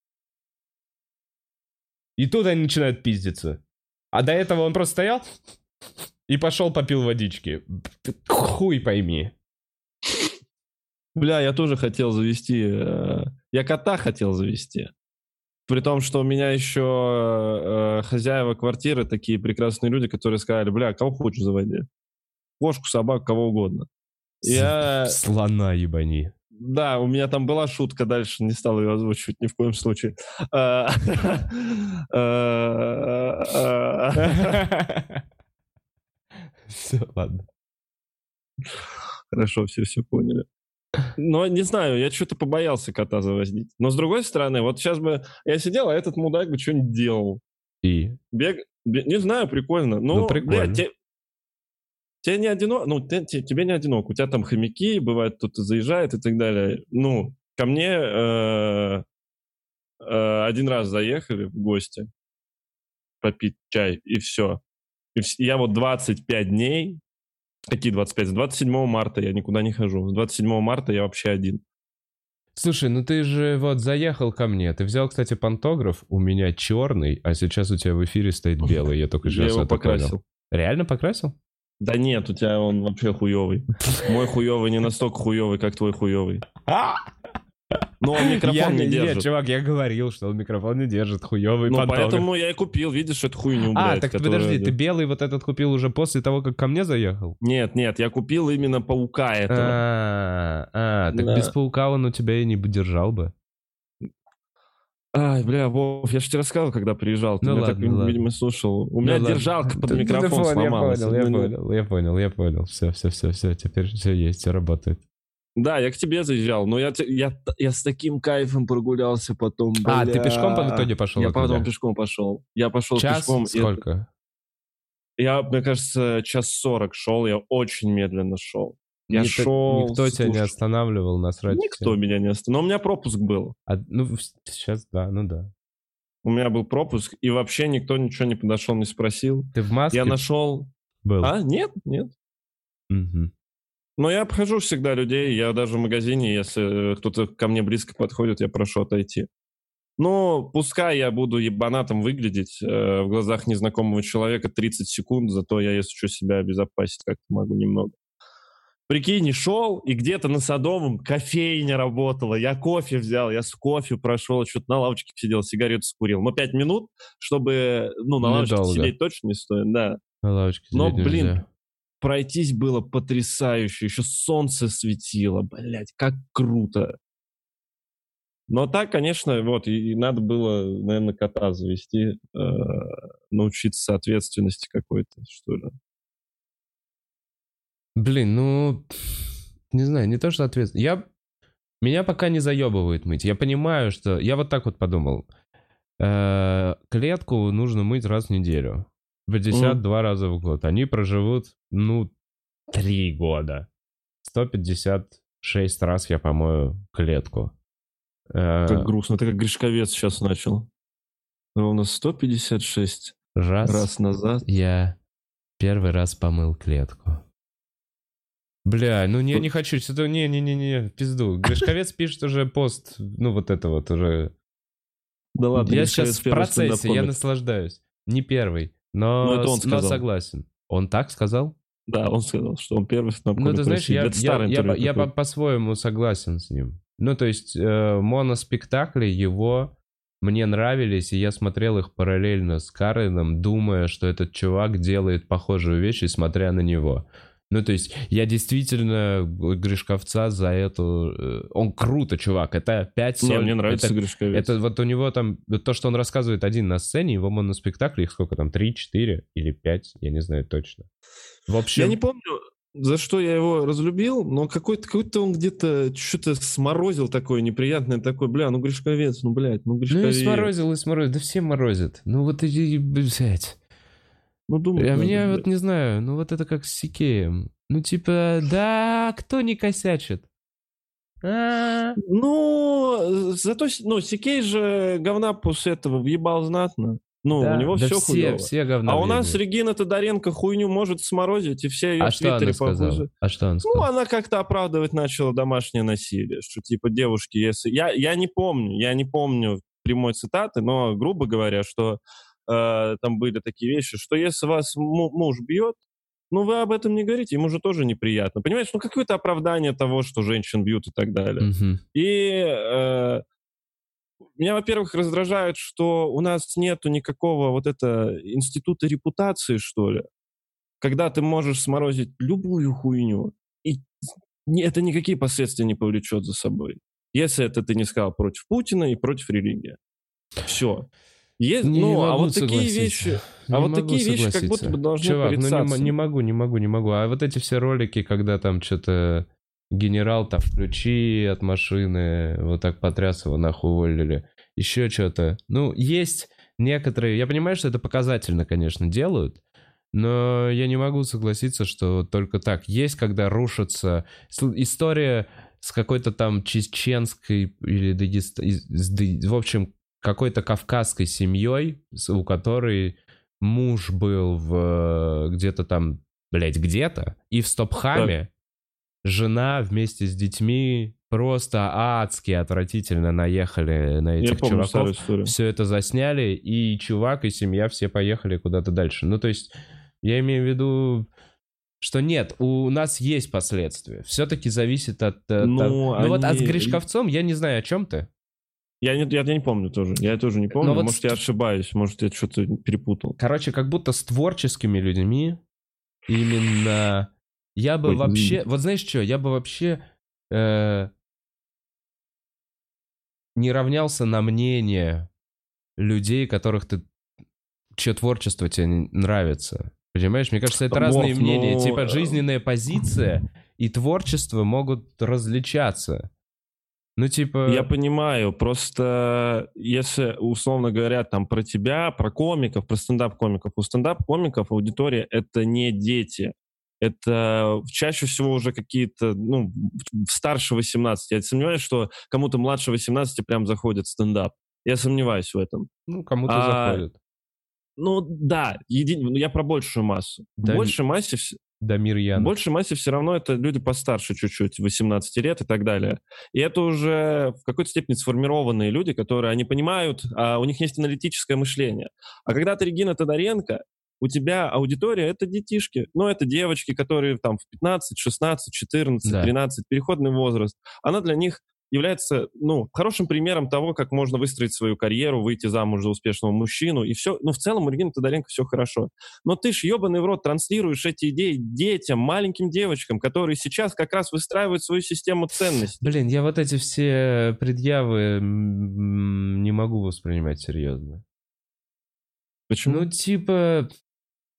И тут они начинают пиздиться. А до этого он просто стоял и пошел попил водички. Хуй пойми. Бля, я тоже хотел завести... Э, я кота хотел завести. При том, что у меня еще э, хозяева квартиры такие прекрасные люди, которые сказали, бля, кого хочешь заводи? Кошку, собаку, кого угодно. Я... Слона ебани. Да, у меня там была шутка, дальше не стал ее озвучивать ни в коем случае. Все, ладно. Хорошо, все, все поняли. Но не знаю, я что-то побоялся кота завозить. Но с другой стороны, вот сейчас бы я сидел, а этот мудак бы что-нибудь делал. И? Бег... Бег... Не знаю, прикольно. Но, ну, прикольно. Бля, те... тебе не одиноко, ну, те, те, тебе не одиноко. У тебя там хомяки, бывает, кто-то заезжает и так далее. Ну, ко мне э, э, один раз заехали в гости попить чай, и все. И вс... Я вот двадцать пять дней, какие двадцать пять? С двадцать седьмого марта я никуда не хожу. С двадцать седьмого марта я вообще один. Слушай, ну ты же вот заехал ко мне. Ты взял, кстати, пантограф. У меня черный, а сейчас у тебя в эфире стоит белый. Я только сейчас я его это покрасил. понял. Реально покрасил? Да нет, у тебя он вообще хуёвый. Мой хуёвый не настолько хуёвый, как твой хуёвый. Но он микрофон я, не держит. Нет, чувак, я говорил, что он микрофон не держит. Хуёвый ну, пантограф. Поэтому я и купил. Видишь, эту хуйню, А, блядь, так которая... подожди, ты белый вот этот купил уже после того, как ко мне заехал? Нет, нет, я купил именно паука этого. А, а так да. без паука он у тебя и не держал бы. Ай, бля, Вов, я же тебе рассказывал, когда приезжал. Ты ну меня ладно, так, ладно. видимо, слушал. У ну меня ладно. держалка под да, микрофон да, сломалась. Я понял, я понял, я понял, я понял. Все, все, все, все, теперь все есть, все работает. Да, я к тебе заезжал, но я, я, я с таким кайфом прогулялся потом. А, бля. ты пешком по итоге пошел? Я потом пешком пошел. Я пошел Час? пешком. Сколько? И... Я, мне кажется, час сорок шел, я очень медленно шел. Я Никто, шел... Никто слуш... тебя не останавливал насрать? Никто меня не останавливал. Но у меня пропуск был. А, ну, сейчас да, ну да. У меня был пропуск, и вообще никто ничего не подошел, не спросил. Ты в маске? Я нашел... Был? А, нет, нет. Угу. Но я обхожу всегда людей. Я даже в магазине, если кто-то ко мне близко подходит, я прошу отойти. Ну, пускай я буду ебанатом выглядеть э, в глазах незнакомого человека тридцать секунд, зато я, если что, себя обезопасить как-то могу немного. Прикинь, шел, и где-то на Садовом кофейня работала. Я кофе взял, я с кофе прошел, что-то на лавочке сидел, сигарету скурил. Но пять минут, чтобы, ну, на лавочке сидеть точно не стоит, да. На лавочке Но, сидеть блин, нельзя. Пройтись было потрясающе. Еще солнце светило, блядь, как круто. Но так, конечно, вот, и, и надо было, наверное, кота завести, э, научиться ответственности какой-то, что ли. Блин, ну, не знаю, не то, что ответственность. Я... Меня пока не заебывает мыть. Я понимаю, что... Я вот так вот подумал. Э, клетку нужно мыть раз в неделю. пятьдесят два раза в год. Они проживут, ну, три года. сто пятьдесят шесть раз я помою клетку. Э, Как грустно. Это как Гришковец сейчас начал. Ровно сто пятьдесят шесть раз, раз назад. Я первый раз помыл клетку. Бля, ну не, я не хочу. Что-то не-не-не-не, пизду. Гришковец пишет уже пост, ну вот это вот уже... Да ладно, Я Гришковец сейчас в первый процессе, я стендап-комик. наслаждаюсь. Не первый, но, Ну, это он с- но сказал. согласен. Он так сказал? Да, он сказал, что он первый стендап-комик Ну, ты в знаешь, России. я, Это я, старое я, по- интервью я по- какое-то. по-своему согласен с ним. Ну, то есть, э, моноспектакли его мне нравились, и я смотрел их параллельно с Кареном, думая, что этот чувак делает похожую вещь, и смотря на него. Ну, то есть, я действительно Гришковца за эту... э, Он круто, чувак. Это пять Не, соль... мне нравится это, Гришковец. это вот у него там... вот то, что он рассказывает один на сцене, его моноспектакли, их сколько там, три, четыре или пять, я не знаю точно. В общем... Я не помню, за что я его разлюбил, но какой-то какой-то он где-то что-то сморозил такое неприятное, такое, бля, ну Гришковец, ну, блядь, ну Ну Гришковец. и сморозил, и сморозил. Да все морозят. Ну вот и, блядь. Ну, думать А надо, мне блядь. вот не знаю, ну вот это как с Сикеем. Ну типа, да, кто не косячит? А, Ну, зато, ну, Сикей же говна после этого въебал знатно. Ну, да, у него да все все, хуёво. все говна А у нас въебывают. Регина Тодоренко хуйню может сморозить, и все ее А в что она Твиттере сказала? похуже. А что она Ну, сказала? она как-то оправдывать начала домашнее насилие, что типа девушки, если... Я, я не помню, я не помню прямой цитаты, но грубо говоря, что э, там были такие вещи, что если вас му- муж бьет, ну, вы об этом не говорите, ему же тоже неприятно. Понимаешь, ну, какое-то оправдание того, что женщин бьют и так далее. Мгм. И э, меня, во-первых, раздражает, что у нас нету никакого вот это института репутации, что ли, когда ты можешь сморозить любую хуйню, и ни- это никакие последствия не повлечет за собой. Если это ты не сказал против Путина и против религии. Все. Есть, Не ну, а могу вот такие согласиться. вещи, Не а вот могу такие вещи как будто согласиться. бы должны Чувак, ну не, м- порицаться. не могу, не могу, не могу. А вот эти все ролики, когда там что-то генерал там ключи от машины, вот так потряс его, нахуй уволили. Еще что-то. Ну, есть некоторые... Я понимаю, что это показательно, конечно, делают, но я не могу согласиться, что только так. Есть, когда рушатся... С- История с какой-то там чеченской или Дагеста- из- с Д- в общем, какой-то кавказской семьей, с- у которой муж был в э, где-то там, блядь, где-то, и в Стопхаме жена вместе с детьми просто адски отвратительно наехали на Я этих помню чуваков. старую историю. Все это засняли, и чувак, и семья все поехали куда-то дальше. Ну, то есть, я имею в виду, что нет, у нас есть последствия. Все-таки зависит от... э, Ну, того- ну вот, а с они- Гришковцом я не знаю, о чем ты. Я не, я, я не помню тоже. Я тоже не помню. вот Может, с- я ошибаюсь. Может, я что-то перепутал. Короче, как будто с творческими людьми именно... Я бы Ой, вообще... извините. Вот знаешь что, я бы вообще э, не равнялся на мнение людей, которых ты... чье творчество тебе не нравится. Понимаешь? Мне кажется, это Вов, разные мнения. ну, Типа э, жизненная позиция и творчество могут различаться. Ну, типа... Я понимаю, просто если, условно говоря, там про тебя, про комиков, про стендап-комиков, у стендап-комиков аудитория — это не дети. Это чаще всего уже какие-то, ну, старше восемнадцати. Я сомневаюсь, что кому-то младше восемнадцати прям заходит стендап. Я сомневаюсь в этом. Ну, кому-то А, заходит. Ну, да, еди- ну, я про большую массу. В Да, большей массе... вс- Дамир В Янов. большей массе все равно это люди постарше чуть-чуть, восемнадцати лет и так далее. И это уже в какой-то степени сформированные люди, которые, они понимают, а у них есть аналитическое мышление. А когда ты Регина Тодоренко, у тебя аудитория — это детишки. Ну, это девочки, которые там в пятнадцать, шестнадцать, четырнадцать, Да. тринадцать, переходный возраст. Она для них является, ну, хорошим примером того, как можно выстроить свою карьеру, выйти замуж за успешного мужчину, и все. Ну, в целом у Регины Тодоренко все хорошо. Но ты ж, ебаный в рот, транслируешь эти идеи детям, маленьким девочкам, которые сейчас как раз выстраивают свою систему ценностей. Блин, я вот эти все предъявы м, не могу воспринимать серьезно. Почему? Ну, типа...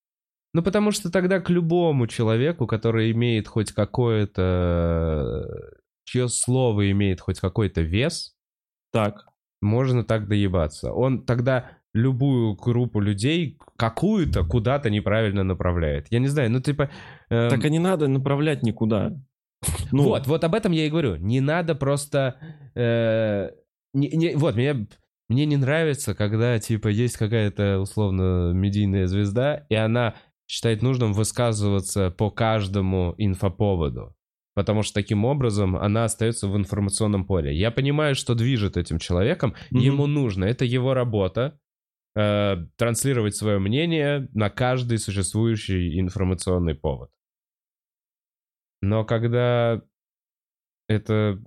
Ну, потому что тогда к любому человеку, который имеет хоть какое-то... чье слово имеет хоть какой-то вес, Так. можно так доебаться. Он тогда любую группу людей, какую-то, куда-то неправильно направляет. Я не знаю, ну, типа... эм, Так и не надо направлять никуда. Ну, Вот, вот об этом я и говорю. Не надо просто... э, не- не- вот, меня, мне не нравится, когда, типа, есть какая-то, условно, медийная звезда, и она считает нужным высказываться по каждому инфоповоду. Потому что таким образом она остается в информационном поле. Я понимаю, что движет этим человеком, Мгм. ему нужно, это его работа, э, транслировать свое мнение на каждый существующий информационный повод. Но когда это,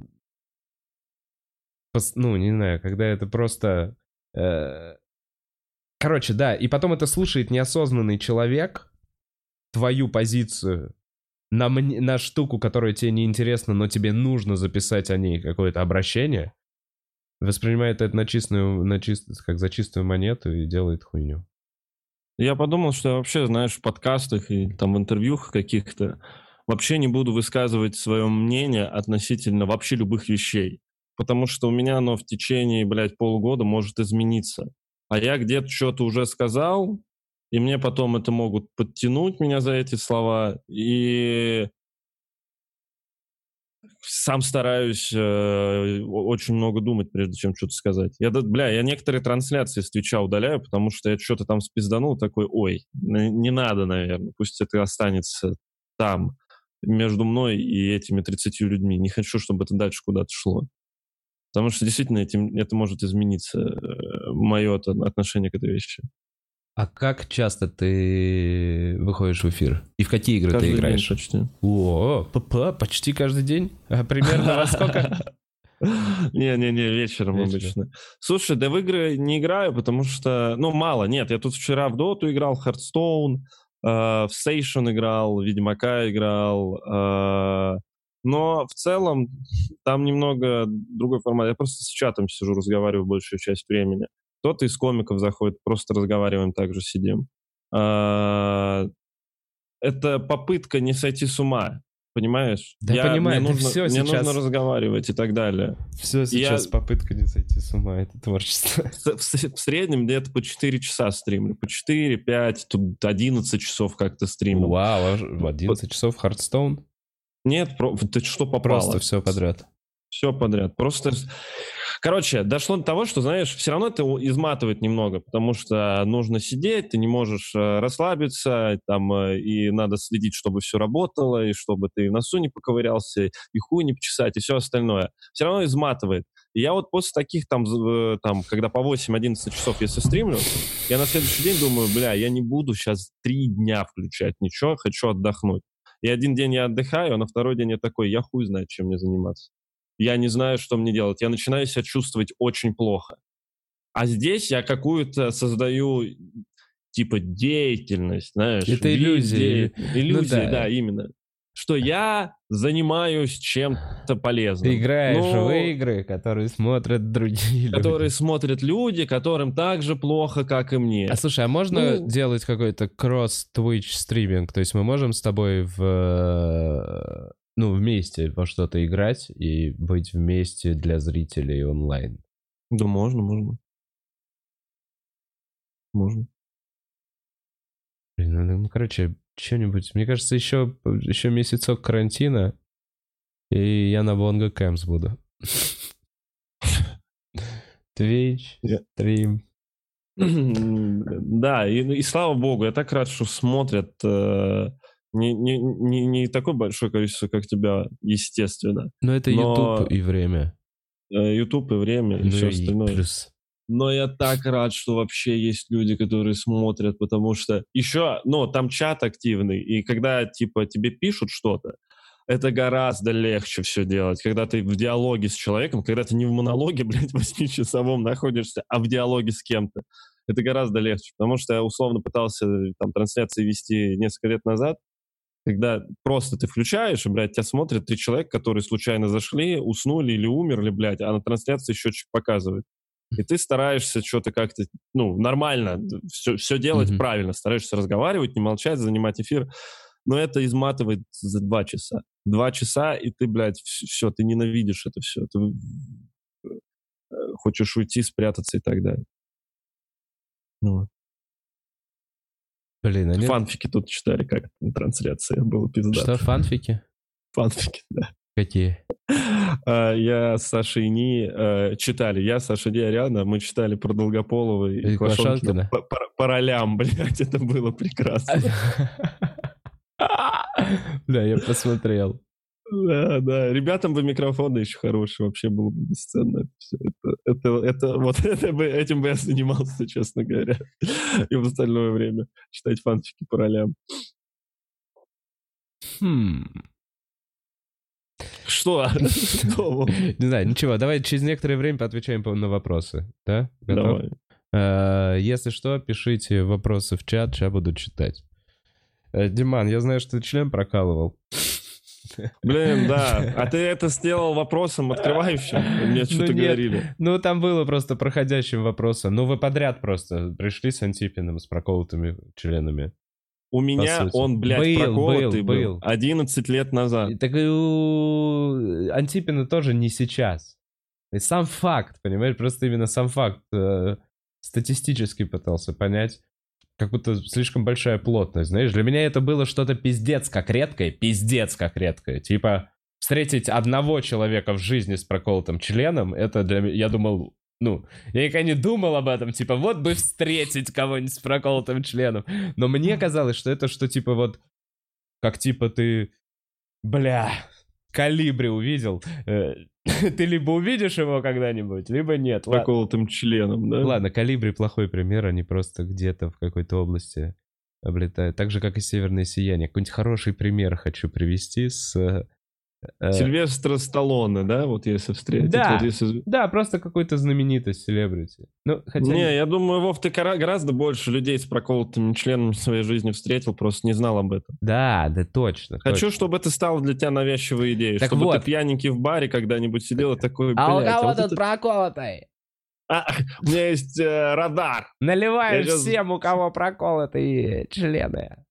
пос- ну, не знаю, когда это просто... э, Короче, да, и потом это слушает неосознанный человек, твою позицию, на, мн- на штуку, которая тебе не интересна, но тебе нужно записать о ней какое-то обращение, воспринимает это на чистую, на чист, как за чистую монету и делает хуйню. я подумал, что я вообще, знаешь, в подкастах и там в интервьюх каких-то вообще не буду высказывать свое мнение относительно вообще любых вещей. Потому что у меня оно в течение, блядь, полугода может измениться. А я где-то что-то уже сказал, и мне потом это могут подтянуть меня за эти слова. И сам стараюсь э, о- очень много думать, прежде чем что-то сказать. Я, да- бля, я некоторые трансляции с Твича удаляю, потому что я что-то там спизданул, такой, ой, н- не надо, наверное, пусть это останется там, между мной и этими тридцатью людьми. Не хочу, чтобы это дальше куда-то шло. Потому что действительно этим, это может измениться, мое отношение к этой вещи. А как часто ты выходишь в эфир? И в какие игры ты Каждый день играешь? почти. О, п-п, почти каждый день? А примерно во сколько? Не-не-не, вечером Вечером. обычно. Слушай, да в игры не играю, потому что, ну, мало. Нет, я тут вчера в Доту играл, в Hearthstone, э, в Station играл, в Ведьмака играл. э, но в целом там немного другой формат. Я просто с чатом сижу, разговариваю большую часть времени. Кто-то из комиков заходит, просто разговариваем, так же сидим. Э, это попытка не сойти с ума, понимаешь? Да Я, мне понимаю, да нужно, все мне нужно сейчас... разговаривать и так далее. Все И я сейчас попытка не сойти с ума, это творчество. в, в- в среднем где-то по четыре часа стримлю. По четыре, пять, тут одиннадцать часов как-то стримил. Вау, аж в одиннадцать часов Hearthstone? Нет, про- ты что попало? Просто все подряд. Все подряд. Просто, короче, дошло до того, что, знаешь, все равно это изматывает немного, потому что нужно сидеть, ты не можешь э, расслабиться, там, э, и надо следить, чтобы все работало, и чтобы ты в носу не поковырялся, и хуй не почесать, и все остальное. Все равно изматывает. И я вот после таких, там, з- э, там когда по восемь-одиннадцать часов если стримлю, я на следующий день думаю, бля, я не буду сейчас три дня включать ничего, хочу отдохнуть. И один день я отдыхаю, а на второй день я такой, я хуй знает, чем мне заниматься. Я не знаю, что мне делать. Я начинаю себя чувствовать очень плохо. А здесь я какую-то создаю, типа, деятельность, знаешь. Это вид иллюзия. деятельности. Ну Иллюзия, да. да, именно. Что я занимаюсь чем-то полезным. Ты играешь Ну, в игры, которые смотрят другие которые люди. смотрят люди, которым так же плохо, как и мне. А слушай, а можно Ну, делать какой-то кросс-твич стриминг? То есть мы можем с тобой в... э, ну, вместе во что-то играть и быть вместе для зрителей онлайн? да можно, можно. Можно. Блин, ну, ну, короче, что-нибудь. Мне кажется, еще, еще месяцок карантина, и я на Bongo Camps буду. Twitch, Я- стрим. Да, и, и слава богу, я так рад, что смотрят э, не, не, не, не такое большое количество, как тебя, естественно. Но это Но YouTube и время. э, YouTube и время, и Ну все и остальное. плюс. Но я так рад, что вообще есть люди, которые смотрят, потому что еще, ну, там чат активный, и когда, типа, тебе пишут что-то, это гораздо легче все делать, когда ты в диалоге с человеком, когда ты не в монологе, блядь, восьмичасовом находишься, а в диалоге с кем-то. Это гораздо легче, потому что я условно пытался там трансляции вести несколько лет назад, когда просто ты включаешь, и, блядь, тебя смотрят три человека, которые случайно зашли, уснули или умерли, блядь, а на трансляции счетчик показывает. и ты стараешься что-то как-то, ну, нормально, все, все делать mm-hmm. правильно, стараешься разговаривать, не молчать, занимать эфир, но это изматывает за два часа. Два часа, и ты, блядь, все, ты ненавидишь это все, ты хочешь уйти, спрятаться и так далее. Ну. Блин, они... Фанфики тут читали, как на трансляции было пиздато. Что, фанфики? Фанфики, да. Какие? Я с Сашей Ни читали. Я, Саша Ни, Ариана, мы читали про Долгополова и Квашонкина по, по, по ролям, блядь, это было прекрасно. Да, я посмотрел. Да, да. Ребятам бы микрофоны еще хорошие, вообще было бы бесценно. Это, это, это, вот это бы, этим бы я занимался, честно говоря. И в остальное время читать фанфики по ролям. Хм... Что? Что? Не знаю, ничего, давай через некоторое время поотвечаем на вопросы. Да? Готов? Давай. Если что, пишите вопросы в чат, сейчас буду читать. Диман, я знаю, что ты член прокалывал. Блин, да. А ты это сделал вопросом открывающим? Мне что-то ну, говорили. Ну, там было просто проходящим вопросом. Ну, вы подряд просто пришли с Антипиным, с проколотыми членами. У меня он, блядь, был, проколотый был, был. одиннадцать лет назад. И, так и у Антипина тоже не сейчас. И сам факт, понимаешь, просто именно сам факт э, статистически пытался понять. Как будто слишком большая плотность, знаешь. Для меня это было что-то пиздец как редкое, пиздец как редкое. Типа, встретить одного человека в жизни с проколотым членом, это для меня, я думал... Ну, я никогда не думал об этом, типа, вот бы встретить кого-нибудь с проколотым членом. Но мне казалось, что это что, типа, вот, как, типа, ты, бля, Колибри увидел. Ты либо увидишь его когда-нибудь, либо нет. С проколотым членом, да? Ладно, Колибри плохой пример, они просто где-то в какой-то области облетают. Так же, как и Северное сияние. Какой-нибудь хороший пример хочу привести с... Сильвестра Сталлоне, да, вот если встретить. Да, вот если... да, просто какой-то знаменитость, селебрити. Ну, хотя... Не, я думаю, Вов, ты гораздо больше людей с проколотыми членами в своей жизни встретил, просто не знал об этом. Да, да, точно. Хочу, точно. чтобы это стало для тебя навязчивой идеей, так чтобы вот. Ты пьяненький в баре когда-нибудь сидел и такой, а блядь... А у кого вот тут это... проколотый? А, у меня есть э, радар. Наливаю сейчас... всем, у кого проколотые члены.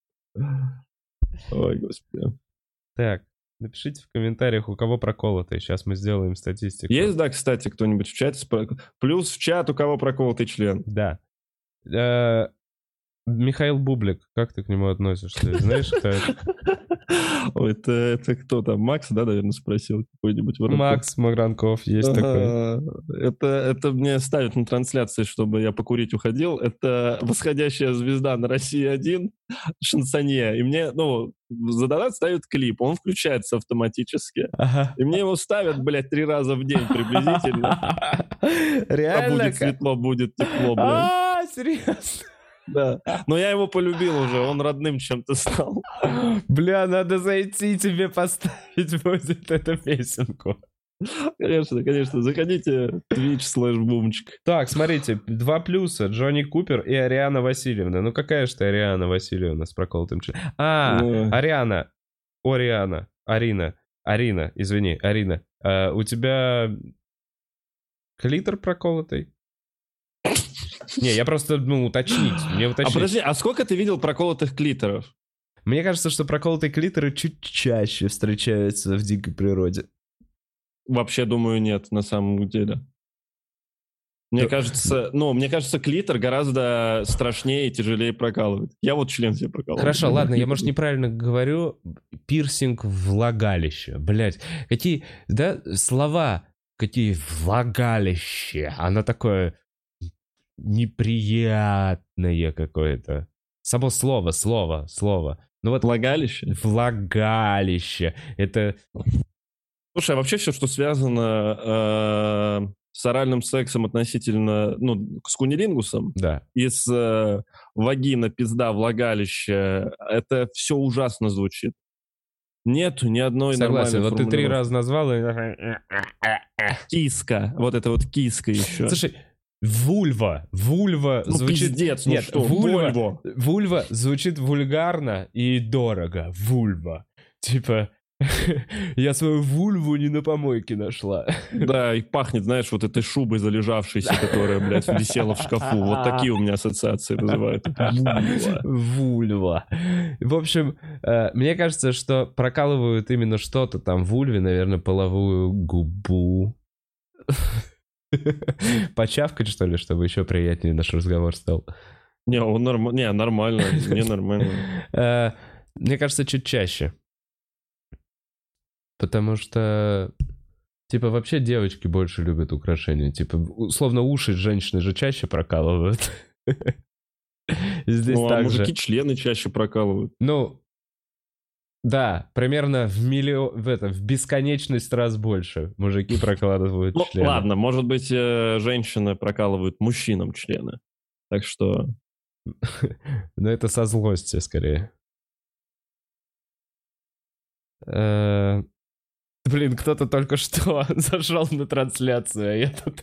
Ой, господи. Так. Напишите в комментариях, у кого проколотый. Сейчас мы сделаем статистику. Есть, да, кстати, кто-нибудь в чате? Плюс в чат, у кого проколотый член. Да. Э-э- Михаил Бублик, как ты к нему относишься? Знаешь, кто это? Это, это кто там? Макс, да, наверное, спросил какой-нибудь? Воронков. Макс Магранков есть такой. Это, это мне ставят на трансляции, чтобы я покурить уходил. Это восходящая звезда на России один, шансонье. И мне, ну, за донат ставят клип, он включается автоматически. Ага. И мне его ставят, блядь, три раза в день приблизительно. Реально? А будет светло, будет тепло, блядь. А, серьезно? Да, но я его полюбил уже, он родным чем-то стал. Бля, надо зайти тебе поставить будет эту песенку. Конечно, конечно, заходите Twitch слэш бумчик. Так, смотрите, два плюса, Джонни Купер и Ариана Васильевна. Ну какая же ты Ариана Васильевна с проколотым членом? А, ну... Ариана, Ориана, Арина, Арина, извини, Арина. А, у тебя клитор проколотый? Не, я просто, ну, уточнить. Мне уточнить. А подожди, а сколько ты видел проколотых клиторов? Мне кажется, что проколотые клиторы чуть чаще встречаются в дикой природе. Вообще, думаю, нет, на самом деле. Мне да. кажется, ну, мне кажется, клитор гораздо страшнее и тяжелее прокалывать. Я вот член себе прокалываю. Хорошо, ладно, я, может, неправильно говорю. Пирсинг влагалище. Блять, какие, да, слова, какие влагалище. Оно такое... неприятное какое-то. Само слово, слово, слово. Ну вот влагалище? Влагалище. Это... Слушай, а вообще все, что связано э, с оральным сексом относительно, ну, с кунилингусом, да. и с э, вагина, пизда, влагалище, это все ужасно звучит. Нету ни одной Согласен, нормальной вот ты три раза назвал и... Киска. Вот это вот киска еще. Слушай, вульва. Вульва ну, звучит... пиздец, ну Нет, что, вульва, вульва. Вульва звучит вульгарно и дорого. Вульва. Типа... Я свою вульву не на помойке нашла. Да, и пахнет, знаешь, вот этой шубой залежавшейся, которая, блядь, висела в шкафу. Вот такие у меня ассоциации вызывают. Вульва. Вульва. В общем, э, мне кажется, что прокалывают именно что-то там в вульве, наверное, половую губу. Почавкать, что ли, чтобы еще приятнее наш разговор стал? Не, он норм... не, нормально, мне нормально. Э, Мне кажется, чуть чаще. Потому что, типа, вообще девочки больше любят украшения. Типа, условно, уши женщины же чаще прокалывают. Здесь Ну, а так мужики же. члены чаще прокалывают. Ну, да, примерно в миллион, в это, в бесконечность раз больше мужики прокладывают Ну, члены. ладно, может быть, э, женщины прокалывают мужчинам члены. Так что... Но это со злости, скорее. Э, Блин, кто-то только что зашел на трансляцию, а я тут...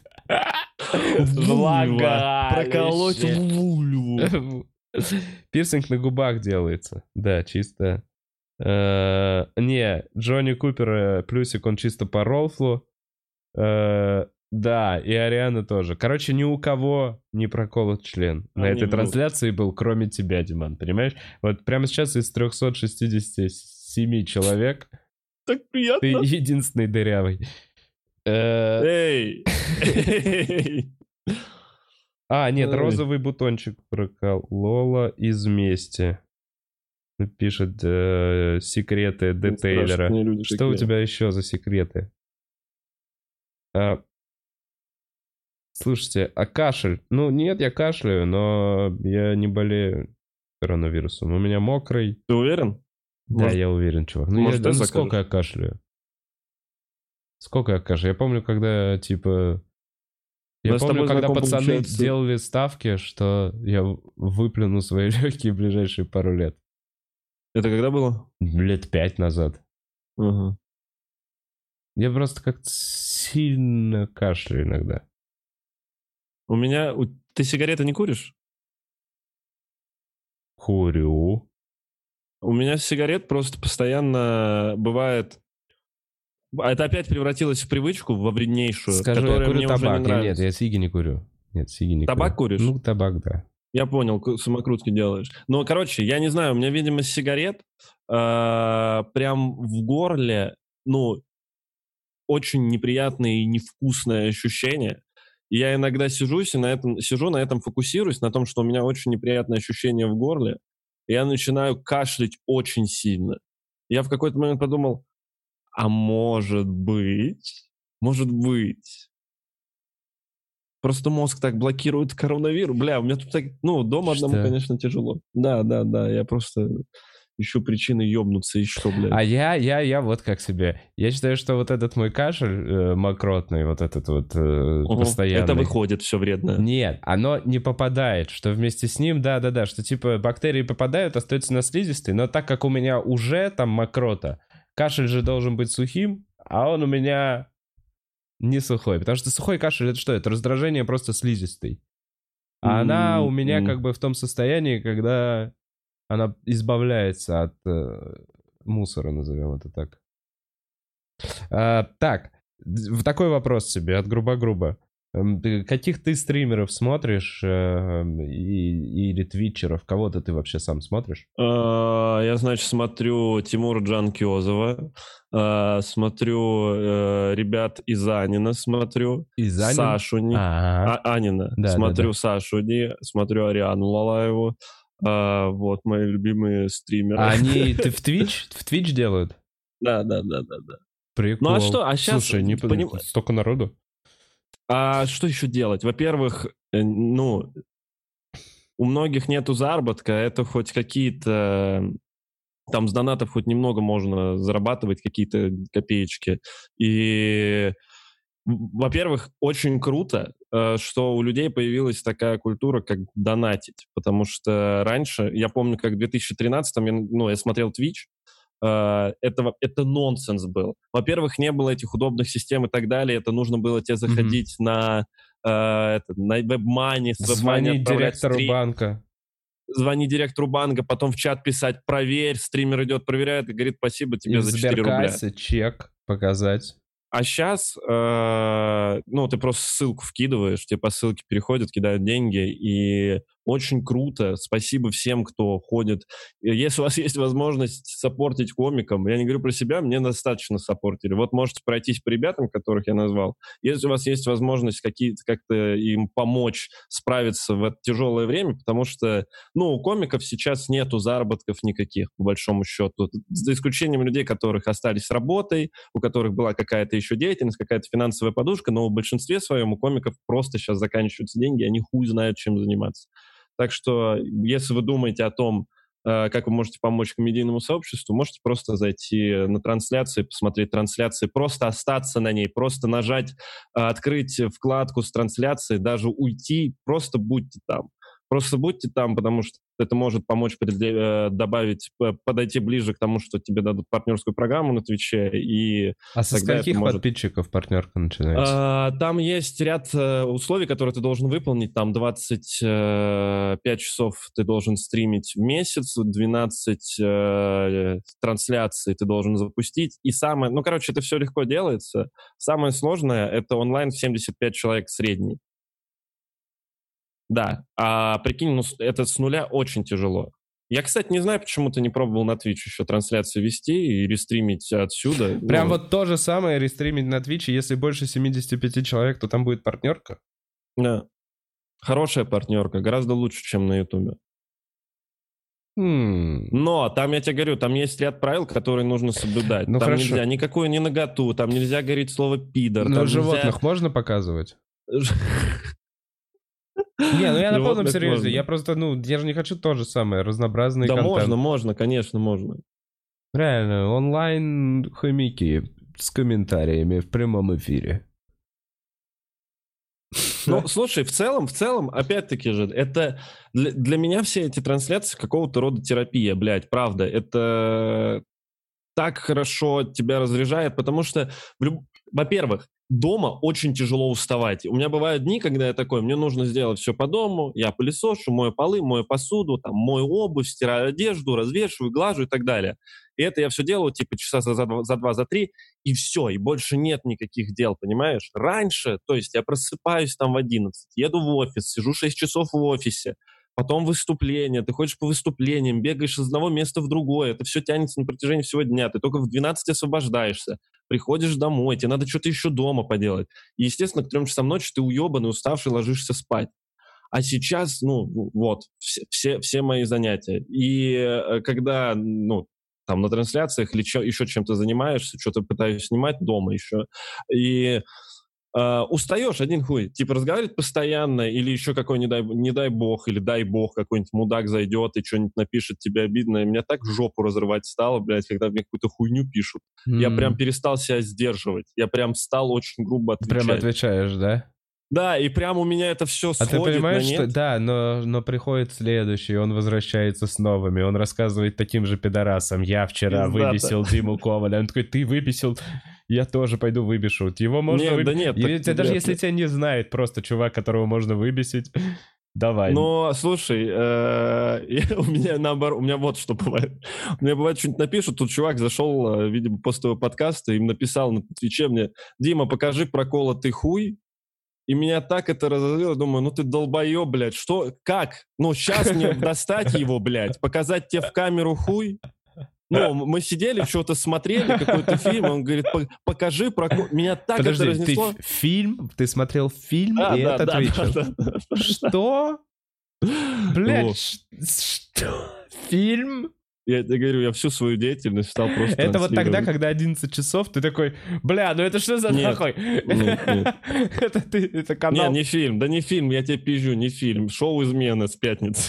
Вульва. Проколоть Влагалище. вульву. Пирсинг на губах делается. Да, чисто. Э, Не, Джонни Купер э, плюсик, он чисто по Ролфлу. Э, Да, и Ариана тоже. Короче, ни у кого не проколот член. На Они этой врут. трансляции был, кроме тебя, Диман, понимаешь? Вот прямо сейчас из триста шестьдесят семь человек Так ты приятно. единственный дырявый. Э, Эй! Эй! А, нет, Ой. розовый бутончик проколола из мести. Пишет э, секреты детейлера. Спрашивают мне люди Что у такие. тебя еще за секреты? А, Слушайте, а кашель? Ну, нет, я кашляю, но я не болею коронавирусом. У меня мокрый. Ты уверен? Да, Может, я уверен, чувак. Ну, может, я, ты ну, закажешь? сколько я кашляю? Сколько я кашляю? Я помню, когда, типа... Я Мы с помню, тобой когда знакомы, пацаны получается- сделали ставки, что я выплюну свои легкие в ближайшие пару лет. Это когда было? Лет пять назад. Ага. Я просто как-то сильно кашляю иногда. У меня... у- Ты сигареты не куришь? Курю. У меня сигарет просто постоянно бывает... А это опять превратилось в привычку, во вреднейшую, Скажу, я которая курю мне уже табак. не Я- нравится. Нет, я сиги не курю. Нет, сиги не Табак курю. куришь? Ну, табак, да. Я понял, ку- самокрутки делаешь. Но, короче, я не знаю, у меня, видимо, сигарет э, прям в горле, ну, очень неприятное и невкусное ощущение. И я иногда сижусь и на этом, сижу на этом фокусируюсь, на том, что у меня очень неприятное ощущение в горле, и я начинаю кашлять очень сильно. Я в какой-то момент подумал, а может быть, может быть, просто мозг так блокирует коронавирус. Бля, у меня тут так, ну, дома Что? одному, конечно, тяжело. Да, да, да, я просто ищу причины ёбнуться, и что, блядь. А я, я, я вот как себе. Я считаю, что вот этот мой кашель э, мокротный, вот этот вот э, Угу. постоянный. Это выходит все вредно. Нет, оно не попадает, что вместе с ним, да-да-да, что типа бактерии попадают, остаются на слизистой, но так как у меня уже там мокрота, кашель же должен быть сухим, а он у меня не сухой, потому что сухой кашель — это что? Это раздражение просто слизистой. А она у меня М-м. как бы в том состоянии, когда она избавляется от э, мусора, назовем это так. А, так, в такой вопрос себе от грубо-грубо. Эм, ты- Каких ты стримеров смотришь э, и- или твитчеров? Кого-то ты вообще сам смотришь? А, Я, значит, смотрю Тимура Джанкиозова, а, смотрю э, ребят из Анина, смотрю Из Анин? Сашу Ни- А, А- Анина, Да, смотрю да, Сашу Ни, смотрю Ариану Лалаеву, А, вот мои любимые стримеры. а они ты в Twitch, в Twitch делают? Да, да, да, да, да. Прикол. Ну а что, а щас, Слушай, не, пон- поним- столько народу. А что еще делать? Во-первых, э, ну, у многих нету заработка, это хоть какие-то... Там с донатов хоть немного можно зарабатывать, какие-то копеечки. И, во-первых, очень круто, э, что у людей появилась такая культура, как донатить. Потому что раньше, я помню, как в две тысячи тринадцатом я, ну, я смотрел Twitch, э, это, во- это нонсенс был. Во-первых, не было этих удобных систем и так далее. Это нужно было тебе заходить на, э, это, на WebMoney, с WebMoney Звонить отправлять директору стрим. банка. звони директору банка, потом в чат писать, проверь, стример идет, проверяет и говорит, спасибо тебе И за четыре рубля. чек показать. А сейчас, э, ну, ты просто ссылку вкидываешь, тебе по ссылке переходят, кидают деньги, и очень круто. Спасибо всем, кто ходит. Если у вас есть возможность саппортить комикам, я не говорю про себя, мне достаточно саппортили. Вот можете пройтись по ребятам, которых я назвал. Если у вас есть возможность какие-то, как-то им помочь справиться в это тяжелое время, потому что, ну, у комиков сейчас нету заработков никаких, по большому счету. За исключением людей, которых остались с работой, у которых была какая-то еще деятельность, какая-то финансовая подушка, но в большинстве своем у комиков просто сейчас заканчиваются деньги, они хуй знают, чем заниматься. Так что, если вы думаете о том, как вы можете помочь комедийному сообществу, можете просто зайти на трансляции, посмотреть трансляции, просто остаться на ней, просто нажать, открыть вкладку с трансляцией, даже уйти, просто будьте там. Просто будьте там, потому что это может помочь добавить, подойти ближе к тому, что тебе дадут партнерскую программу на Твиче. И а со скольких может... подписчиков партнерка начинается? А, там есть ряд условий, которые ты должен выполнить. Там двадцать пять часов ты должен стримить в месяц, двенадцать э, трансляций ты должен запустить. И самое... Ну, короче, это все легко делается. Самое сложное — это онлайн в семьдесят пять человек средний. Да, а прикинь, ну, это с нуля очень тяжело. Я, кстати, не знаю, почему ты не пробовал на Twitch еще трансляции вести и рестримить отсюда. Прям ну... вот то же самое рестримить на Twitch, если больше семьдесят пять человек, то там будет партнерка? Да, хорошая партнерка, гораздо лучше, чем на Ютубе. Hmm. Но там, я тебе говорю, там есть ряд правил, которые нужно соблюдать. Ну, там хорошо. Нельзя никакую не наготу, там нельзя говорить слово «пидор». Но там животных нельзя... можно показывать? Не, ну я на полном серьезе, я просто, ну, я же не хочу то же самое, разнообразный контент. Да можно, можно, конечно, можно. Реально, онлайн хомяки с комментариями в прямом эфире. Ну, слушай, в целом, в целом, опять-таки же, это для, для меня все эти трансляции какого-то рода терапия, блядь, правда. Это так хорошо тебя разряжает, потому что, люб... во-первых, дома очень тяжело уставать. У меня бывают дни, когда я такой, мне нужно сделать все по дому, я пылесошу, мою полы, мою посуду, там, мою обувь, стираю одежду, развешиваю, глажу и так далее. И это я все делаю, типа, часа за, за, за два, за три, и все, и больше нет никаких дел, понимаешь? Раньше, то есть я просыпаюсь там в одиннадцать, еду в офис, сижу шесть часов в офисе, потом выступление, ты ходишь по выступлениям, бегаешь из одного места в другое, это все тянется на протяжении всего дня, ты только в двенадцать освобождаешься, приходишь домой, тебе надо что-то еще дома поделать. И, естественно, к трем часам ночи ты уебанный, уставший, ложишься спать. А сейчас, ну, вот, все, все, все мои занятия. И когда, ну, там на трансляциях или чё, еще чем-то занимаешься, что-то пытаюсь снимать дома еще, и э, устаешь один хуй. Типа разговаривать постоянно, или еще какой, не дай, не дай бог, или дай бог, какой-нибудь мудак зайдет и что-нибудь напишет тебе обидно. И меня так жопу разрывать стало, блядь, когда мне какую-то хуйню пишут. Mm. Я прям перестал себя сдерживать. Я прям стал очень грубо отвечать. Прям отвечаешь, да? Да, и прям у меня это все сходит на нет. А ты понимаешь, что... Да, но, но приходит следующий, он возвращается с новыми, он рассказывает таким же пидорасам: я вчера Пиздата. выбесил Диму Коваля. Он такой: ты выбесил, я тоже пойду выбешу. Его можно нет, выбесить. Да нет, и, так, даже нет, если нет. тебя не знает просто чувак, которого можно выбесить, давай. Но, слушай, э, у меня наоборот, у меня вот что бывает. У меня бывает, что-нибудь напишут, тут чувак зашел, видимо, после твоего подкаста, им написал на Твиче мне: Дима, покажи проколотый хуй. И меня так это разозлило, думаю, ну ты долбоеб, блядь, что, как? Ну сейчас мне достать его, блядь, показать тебе в камеру хуй? Ну, мы сидели, что-то смотрели, какой-то фильм, он говорит, покажи прокол... Меня так Подожди, это разнесло. Ты фильм? Ты смотрел фильм да, и да, это да, твичил? Да, да, да, что? Блядь, что? Фильм? Я тебе говорю, я всю свою деятельность стал просто это вот тогда, когда одиннадцать часов, ты такой: бля, ну это что за нет, нахуй? Нет, нет. это, ты, это канал... Не, не фильм, да не фильм, я тебе пизжу, не фильм. Шоу «Измена» с пятницы.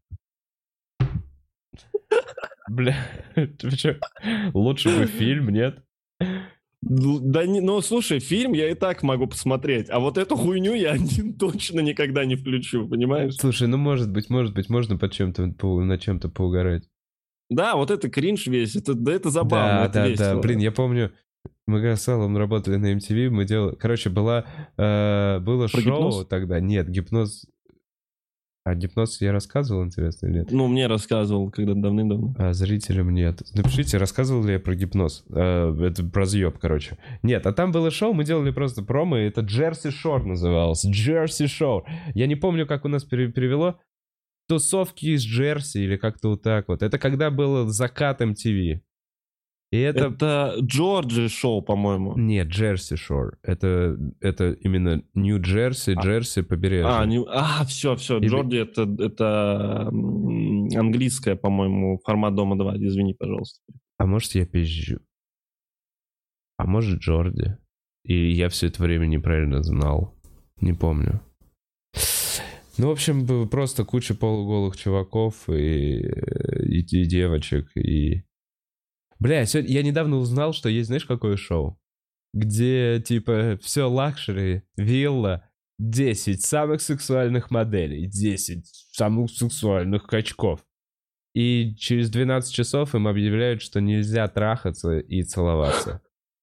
Бля, ты что, лучше бы фильм, нет? Да не, ну слушай, фильм я и так могу посмотреть, а вот эту хуйню я один точно никогда не включу, понимаешь? Слушай, ну может быть, может быть, можно под чем-то, по, на чем-то поугарать. Да, вот это кринж весь, это, да это забавно, да, это да, весело. Да, блин, я помню, мы когда с Аллом работали на эм ти ви, мы делали, короче, была, э, было Про шоу гипноз? тогда, нет, гипноз, А гипноз я рассказывал, интересно, или нет? Ну, мне рассказывал, когда давным-давно. А зрителям нет. Напишите, рассказывал ли я про гипноз. А, это про съеб, короче. Нет, а там было шоу, мы делали просто промо, и это Джерси Шор называлось. Джерси Шор. Я не помню, как у нас пере- перевело. Тусовки из Джерси или как-то вот так вот. Это когда было закат эм ти ви. И это... Это Джорджи шоу, по-моему. Нет, Джерси Шор. Это, это именно Нью-Джерси, Джерси, побережье. А, не... а все, все. И- Джорджи это, это м, английское, по-моему, формат Дома два. Извини, пожалуйста. А может, я пизжу? А может, Джорди? И я все это время неправильно знал. Не помню. Ну, в общем, было просто куча полуголых чуваков и, и, и девочек, и... Бля, сегодня, я недавно узнал, что есть, знаешь, какое шоу? Где, типа, все лакшери, вилла, десять самых сексуальных моделей, десять самых сексуальных качков. И через двенадцать часов им объявляют, что нельзя трахаться и целоваться.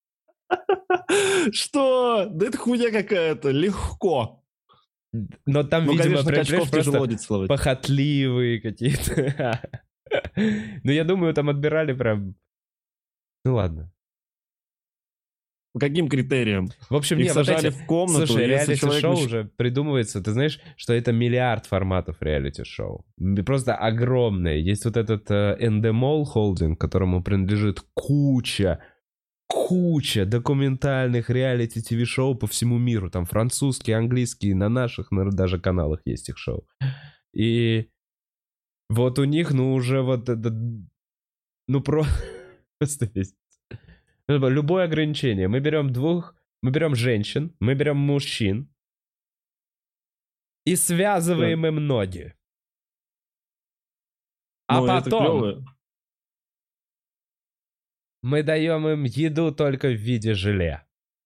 Что? Да это хуйня какая-то. Легко. Но там, Ну, видимо, конечно, прям, качков понимаешь, тяжело просто децеловать. похотливые какие-то. Ну, я думаю, там отбирали прям... Ну, ладно. По каким критериям? В общем, Их не, вот сажали эти... в комнату, Слушай, если человек... реалити-шоу нач- уже придумывается. Ты знаешь, что это миллиард форматов реалити-шоу. М, Просто огромное. Есть вот этот э, Endemol Holding, которому принадлежит куча, куча документальных реалити-тв-шоу по всему миру. Там французские, английские, на наших наверно, даже каналах есть их шоу. И вот у них, ну, уже вот это... Ну, про- просто пиздец. Любое ограничение. Мы берем двух... Мы берем женщин, мы берем мужчин и связываем им ноги. А Ну, это потом клево. мы даем им еду только в виде желе.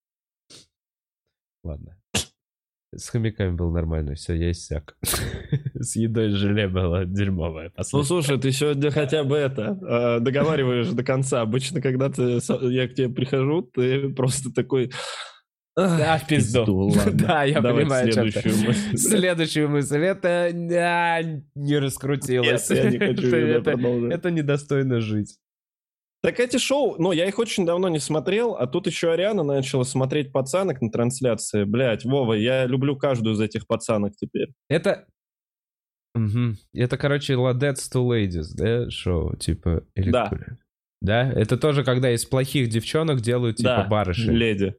Ладно. С хомяками было нормально, все, я иссяк. С едой желе было дерьмовое. Ну, Последнее. слушай, ты сегодня хотя бы это, э, договариваешь до конца. Обычно, когда ты, со- я к тебе прихожу, ты просто такой... «Ах, Да, в пизду. ладно. Да, я Давай понимаю, что ты. следующую мысль. Следующую мысль. Это а, не раскрутилось. Нет, я не хочу Это- её это- продолжать. Это недостойно жить. Так эти шоу, ну, я их очень давно не смотрел, а тут еще Ариана начала смотреть пацанок на трансляции. Блять, Вова, я люблю каждую из этих пацанок теперь. Это... Мгм. Это, короче, Ladets to Ladies, да, шоу? Типа... Или... Да. Да? Это тоже, когда из плохих девчонок делают, типа, Да, барышень. леди.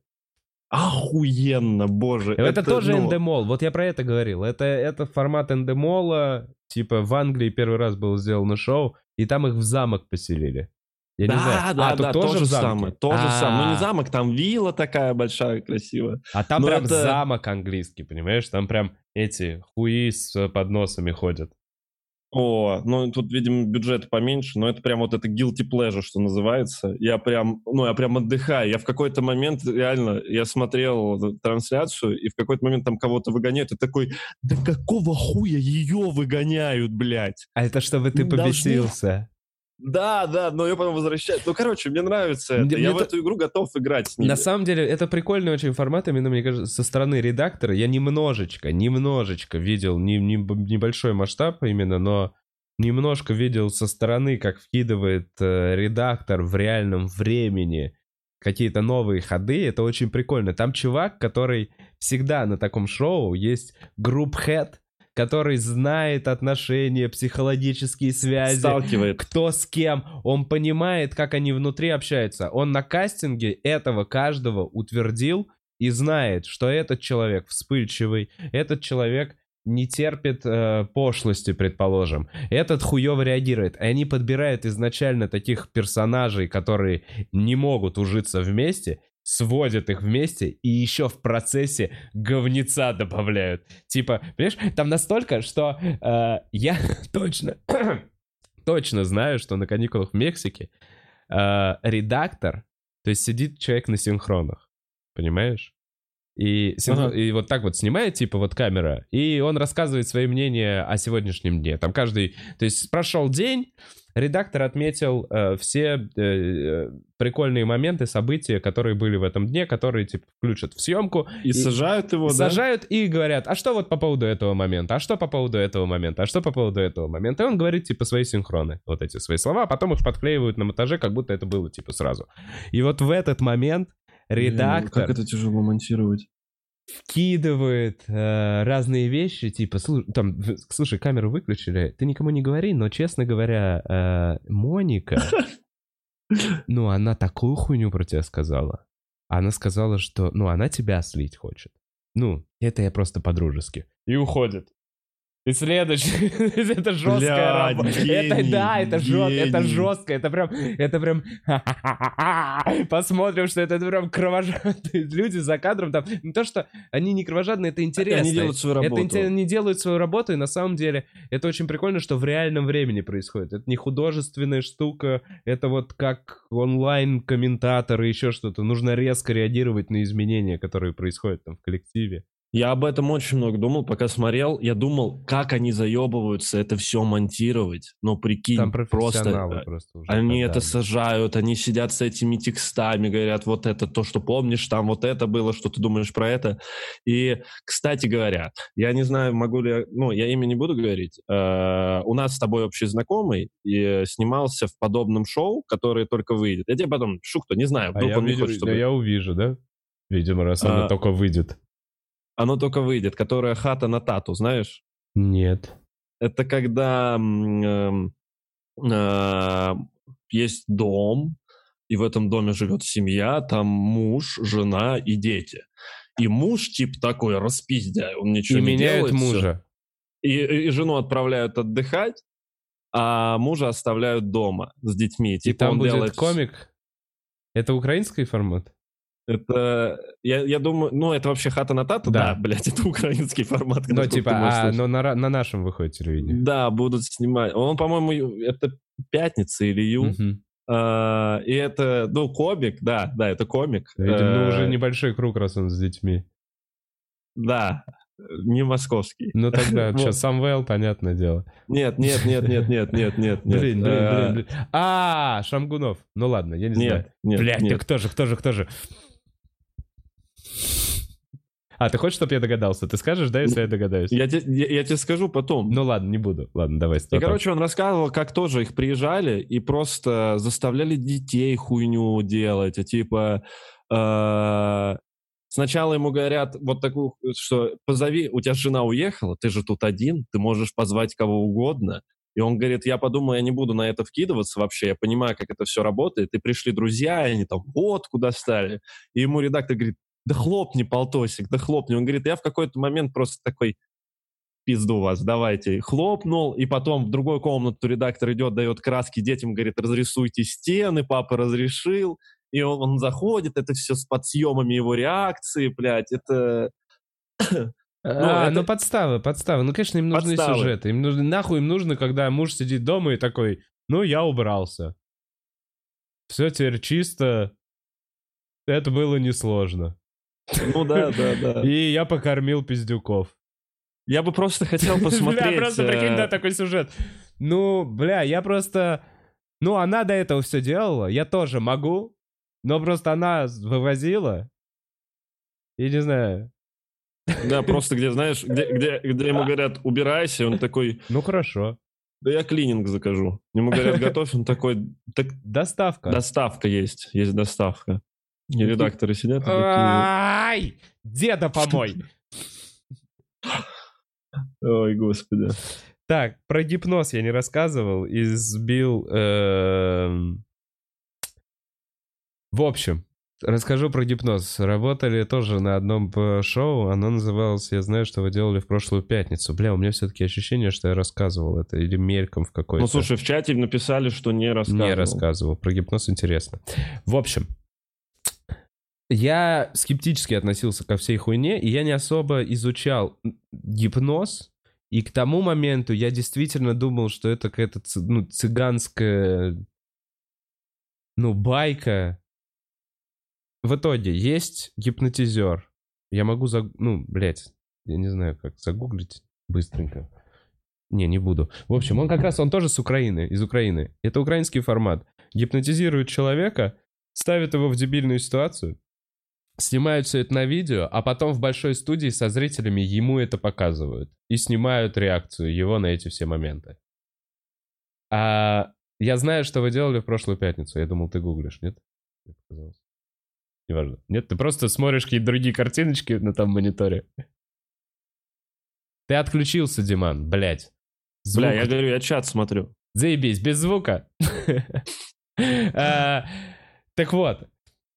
Охуенно, боже. Это, тоже ну, эндемол. Вот я про это говорил. Это, это формат эндемола. Типа в Англии первый раз было сделано шоу, и там их в замок поселили. Я не Да, знаю. да, а, тут да, тоже то же в замке? самое, то же самое. Ну, не А, замок, там вилла такая большая, красивая. А там Но прям это- замок английский, понимаешь? Там прям эти хуи с подносами ходят. О, ну тут, видимо, бюджет поменьше, но это прям вот это guilty pleasure, что называется. Я прям, ну, я прям отдыхаю. Я в какой-то момент, реально, я смотрел эту трансляцию, и в какой-то момент там кого-то выгоняют, и такой, да какого хуя ее выгоняют, блядь? А это чтобы ты Должны- побесился. Да, да, но ее потом возвращают. Ну, короче, мне нравится это. Мне- Я мне в то- эту игру готов играть с ними. На самом деле, это прикольный очень формат, именно, мне кажется, со стороны редактора. Я немножечко, немножечко видел, не, не- небольшой масштаб именно, но немножко видел со стороны, как вкидывает э, редактор в реальном времени какие-то новые ходы. Это очень прикольно. Там чувак, который всегда на таком шоу, есть групп-хед, который знает отношения, психологические связи, Сталкивает. кто с кем, он понимает, как они внутри общаются. Он на кастинге этого каждого утвердил и знает, что этот человек вспыльчивый, этот человек не терпит э, пошлости, предположим. Этот хуёво реагирует. И они подбирают изначально таких персонажей, которые не могут ужиться вместе, сводят их вместе и еще в процессе говнеца добавляют. Типа, понимаешь, там настолько, что э, я точно, точно знаю, что на каникулах в Мексике э, редактор, то есть сидит человек на синхронах, понимаешь? И, ага. и вот так вот снимает, типа, вот камера, и он рассказывает свои мнения о сегодняшнем дне. Там каждый... То есть прошел день, редактор отметил э, все э, прикольные моменты, события, которые были в этом дне, которые, типа, включат в съемку. И, и сажают его, да? Сажают и говорят, а что вот по поводу этого момента, а что по поводу этого момента, а что по поводу этого момента. И он говорит, типа, свои синхроны, вот эти свои слова, а потом их подклеивают на монтаже, как будто это было, типа, сразу. И вот в этот момент редактор... Блин, как это тяжело монтировать. Вкидывает э, разные вещи, типа, слушай, там, слушай, камеру выключили, ты никому не говори, но, честно говоря, э, Моника, ну, она такую хуйню про тебя сказала. Она сказала, что, ну, она тебя слить хочет. Ну, это я просто по-дружески. И уходит. И следующий, это жесткая работа. Это, да, это, жест, это жестко, это прям, это прям, посмотрим, что это, это прям кровожадные люди за кадром. Там, не то, что они не кровожадные, это интересно. Они делают свою работу. Это, они делают свою работу, и на самом деле это очень прикольно, что в реальном времени происходит. Это не художественная штука, это вот как онлайн-комментатор и еще что-то. Нужно резко реагировать на изменения, которые происходят там в коллективе. Я об этом очень много думал, пока смотрел. Я думал, как они заебываются это все монтировать. Но прикинь, там просто, просто уже они тогда. это сажают, они сидят с этими текстами, говорят, вот это то, что помнишь, там вот это было, что ты думаешь про это. И, кстати говоря, я не знаю, могу ли... Ну, я имя не буду говорить. Э-э- у нас с тобой общий знакомый и снимался в подобном шоу, которое только выйдет. Я тебе потом пишу, кто не знаю. А я, он видел, хочет, чтобы... я увижу, да? Видимо, раз оно а... только выйдет. Оно только выйдет, которая хата на тату, знаешь? Нет. Это когда э, э, есть дом, и в этом доме живет семья, там муж, жена и дети. И муж тип такой распиздяй, он ничего и не делает. И меняют мужа. И, и, и жену отправляют отдыхать, а мужа оставляют дома с детьми. И типа там он будет делает... комик? Это украинский формат? Это, я, я думаю, ну, это вообще хата на тату, да, да блядь, это украинский формат. Но типа, а, но на, на нашем выходит телевидение. Да, будут снимать. Он, по-моему, это пятница или ю. Uh-huh. А, и это, ну, комик, да, да, это комик. Видимо, ну, уже небольшой круг, раз он с детьми. Да, не московский. Ну, тогда, что, Самвел, понятное дело. Нет, нет, нет, нет, нет, нет, нет. Блин, блин, блин, блин. А, Шамгунов. Ну, ладно, я не знаю. Нет, блядь, ты кто же, кто же, кто же? А, ты хочешь, чтобы я догадался? Ты скажешь, да, если я догадаюсь? Я, я, я тебе скажу потом. Ну ладно, не буду. Ладно, давай. И, короче, он рассказывал, как тоже их приезжали и просто заставляли детей хуйню делать. А типа... Э, сначала ему говорят вот такую, что позови, у тебя жена уехала, ты же тут один, ты можешь позвать кого угодно. И он говорит, я подумал, я не буду на это вкидываться вообще, я понимаю, как это все работает. И пришли друзья, и они там водку достали. И ему редактор говорит, да хлопни, полтосик, да хлопни. Он говорит, я в какой-то момент просто такой, пизду вас, давайте. Хлопнул, и потом в другую комнату редактор идет, дает краски детям, говорит, разрисуйте стены, папа разрешил. И он, он заходит, это все с подсъемами его реакции, блядь, это... ну, а, это... ну подставы, подставы. Ну, конечно, им нужны подставы. Сюжеты. Им нужны, нахуй им нужно, когда муж сидит дома и такой, ну, я убрался. Все теперь чисто. Это было несложно. Ну да, да, да. И я покормил пиздюков. Я бы просто хотел посмотреть... Бля, просто прикинь, да, такой сюжет. Ну, бля, я просто... Ну, она до этого все делала, я тоже могу, но просто она вывозила. И не знаю... Да, просто где, знаешь, где, где, где ему говорят, убирайся, он такой... Ну, хорошо. Да я клининг закажу. Ему говорят, готовь, он такой... Так, доставка. Доставка есть, есть доставка. И редакторы сидят и такие... Ай! Деда помой! Ой, господи. Так, про гипноз я не рассказывал и сбил... В общем, расскажу про гипноз. Работали тоже на одном шоу, оно называлось «Я знаю, что вы делали в прошлую пятницу». Бля, у меня все-таки ощущение, что я рассказывал это, или мельком в какой-то... Ну, слушай, в чате написали, что не рассказывал. Не рассказывал. Про гипноз интересно. В общем, я скептически относился ко всей хуйне, и я не особо изучал гипноз, и к тому моменту я действительно думал, что это какая-то ну, цыганская, ну, байка. В итоге есть гипнотизер, Я могу, заг... ну, блядь, я не знаю, как загуглить быстренько. Не, не буду. В общем, он как раз, он тоже с Украины, из Украины. Это украинский формат. Гипнотизирует человека, ставит его в дебильную ситуацию, снимают все это на видео, а потом в большой студии со зрителями ему это показывают. И снимают реакцию его на эти все моменты. А я знаю, что вы делали в прошлую пятницу. Я думал, ты гуглишь, нет? Мне показалось. Неважно. Нет, ты просто смотришь какие-то другие картиночки на том мониторе. Ты отключился, Диман, блядь. Звук... Бля, я говорю, я чат смотрю. Заебись, без звука. Так вот.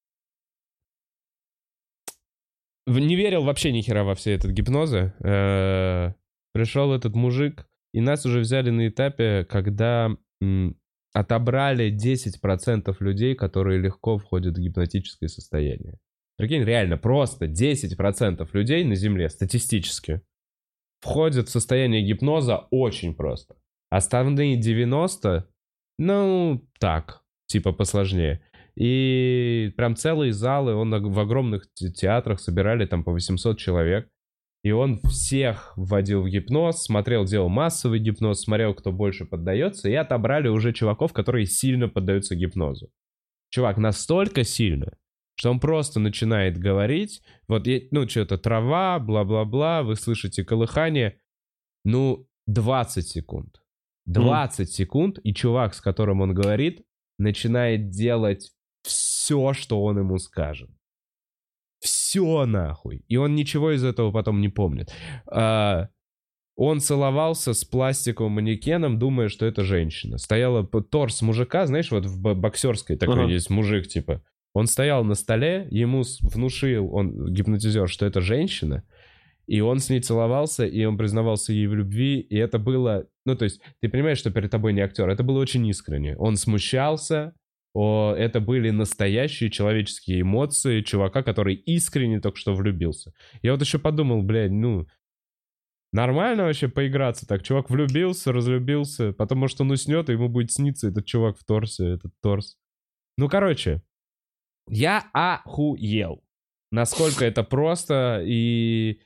Не верил вообще ни хера во все этот гипнозы. Пришел этот мужик, и нас уже взяли на этапе, когда отобрали десять процентов людей, которые легко входят в гипнотическое состояние. Прикинь, реально, просто десять процентов людей на Земле статистически входят в состояние гипноза очень просто. Остальные девяносто, ну, так, типа посложнее. И прям целые залы, он в огромных театрах собирали там по восемьсот человек. И он всех вводил в гипноз, смотрел, делал массовый гипноз, смотрел, кто больше поддается, и отобрали уже чуваков, которые сильно поддаются гипнозу. Чувак настолько сильно, что он просто начинает говорить, вот, ну, что-то трава, бла-бла-бла, вы слышите колыхание, ну, двадцать секунд. двадцать mm. секунд, и чувак, с которым он говорит, начинает делать все, что он ему скажет. Все нахуй. И он ничего из этого потом не помнит. А, он целовался с пластиковым манекеном, думая, что это женщина. Стояла торс мужика, знаешь, вот в боксерской такой ага. есть мужик, типа. Он стоял на столе, ему внушил он, гипнотизер, что это женщина, и он с ней целовался, и он признавался ей в любви, и это было... Ну, то есть, ты понимаешь, что перед тобой не актер, это было очень искренне. Он смущался, о, это были настоящие человеческие эмоции чувака, который искренне только что влюбился. Я вот еще подумал, блядь, ну... Нормально вообще поиграться так. Чувак влюбился, разлюбился, потом, может, он уснет, и ему будет сниться этот чувак в торсе, этот торс. Ну, короче... Я охуел. Насколько это просто, и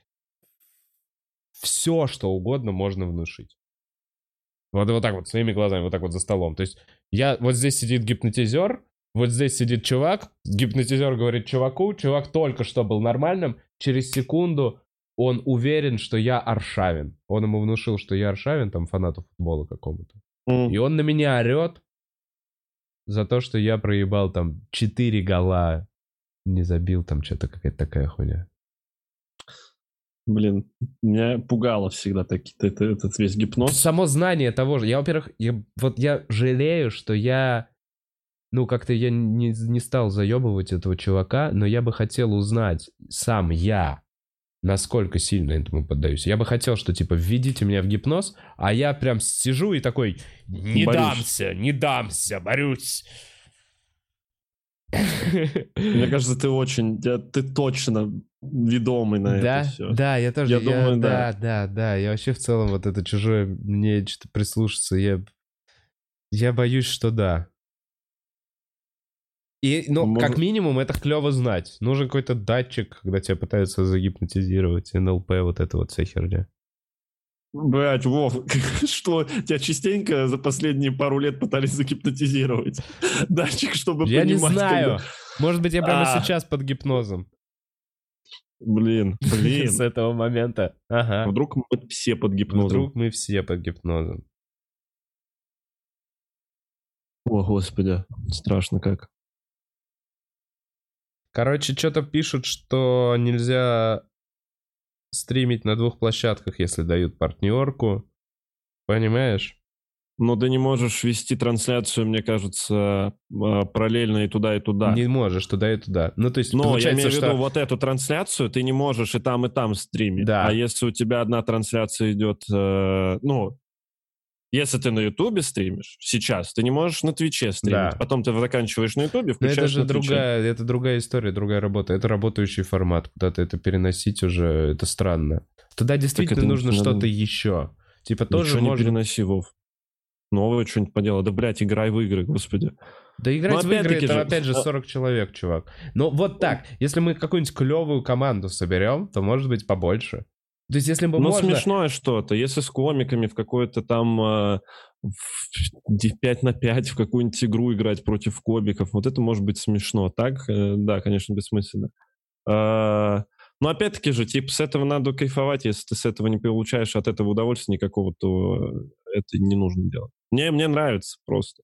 все, что угодно можно внушить. Вот, вот так вот, своими глазами, вот так вот за столом. То есть я, вот здесь сидит гипнотизер, вот здесь сидит чувак, гипнотизер говорит чуваку, чувак только что был нормальным, через секунду он уверен, что я Аршавин. Он ему внушил, что я Аршавин, там, фанату футбола какому-то. Mm. И он на меня орет за то, что я проебал там четыре гола, не забил там что-то, какая-то такая хуйня. Блин, меня пугало всегда таки, это, этот весь гипноз. Само знание того же. Я, во-первых, я, вот я жалею, что я, ну, как-то я не, не стал заебывать этого чувака, но я бы хотел узнать сам я, насколько сильно этому поддаюсь. Я бы хотел, что, типа, введите меня в гипноз, а я прям сижу и такой, не борюсь. дамся, не дамся, борюсь. Мне кажется, ты очень, ты точно ведомый на да? это все. Да, я тоже. Я, я, думаю, да, да. да, да. Я вообще в целом вот это чужое, мне что-то прислушаться, я, я боюсь, что да. И, ну, Может... как минимум, это клево знать. Нужен какой-то датчик, когда тебя пытаются загипнотизировать, эн эл пэ, вот это вот вся херня. Блять, Вов, что, тебя частенько за последние пару лет пытались загипнотизировать? Датчик, чтобы я понимать... Я не знаю. Когда... Может быть, я прямо а... сейчас под гипнозом. Блин, блин. С этого момента. Ага. Вдруг мы все под гипнозом. Вдруг мы все под гипнозом. О, господи, страшно как. Короче, что-то пишут, что нельзя стримить на двух площадках, если дают партнерку. Понимаешь? Но ты не можешь вести трансляцию, мне кажется, параллельно и туда, и туда. Не можешь туда и туда. Ну, то есть, Но я имею в что... виду вот эту трансляцию ты не можешь и там, и там стримить. Да. А если у тебя одна трансляция идет, э, ну, если ты на Ютубе стримишь сейчас, ты не можешь на Твиче стримить. Да. Потом ты заканчиваешь на Ютубе, включаешь это же на другая, это другая история, другая работа. Это работающий формат. Куда-то это переносить уже, это странно. Туда действительно нужно что-то надо... еще. Типа тоже Ничего можно... не переноси, Вов. новое что-нибудь поделать. Да, блядь, играй в игры, господи. Да играть Но в игры, это опять-таки же- опять же сорок человек, чувак. Но вот так, если мы какую-нибудь клевую команду соберем, то может быть побольше. То есть если бы Ну, можно... смешное что-то. Если с комиками в какой-то там э, в пять на пять в какую-нибудь игру играть против комиков, вот это может быть смешно. Так, э, да, конечно, бессмысленно. А, но опять-таки же, типа, с этого надо кайфовать. Если ты с этого не получаешь от этого удовольствия никакого, то это не нужно делать. Мне, мне нравится просто.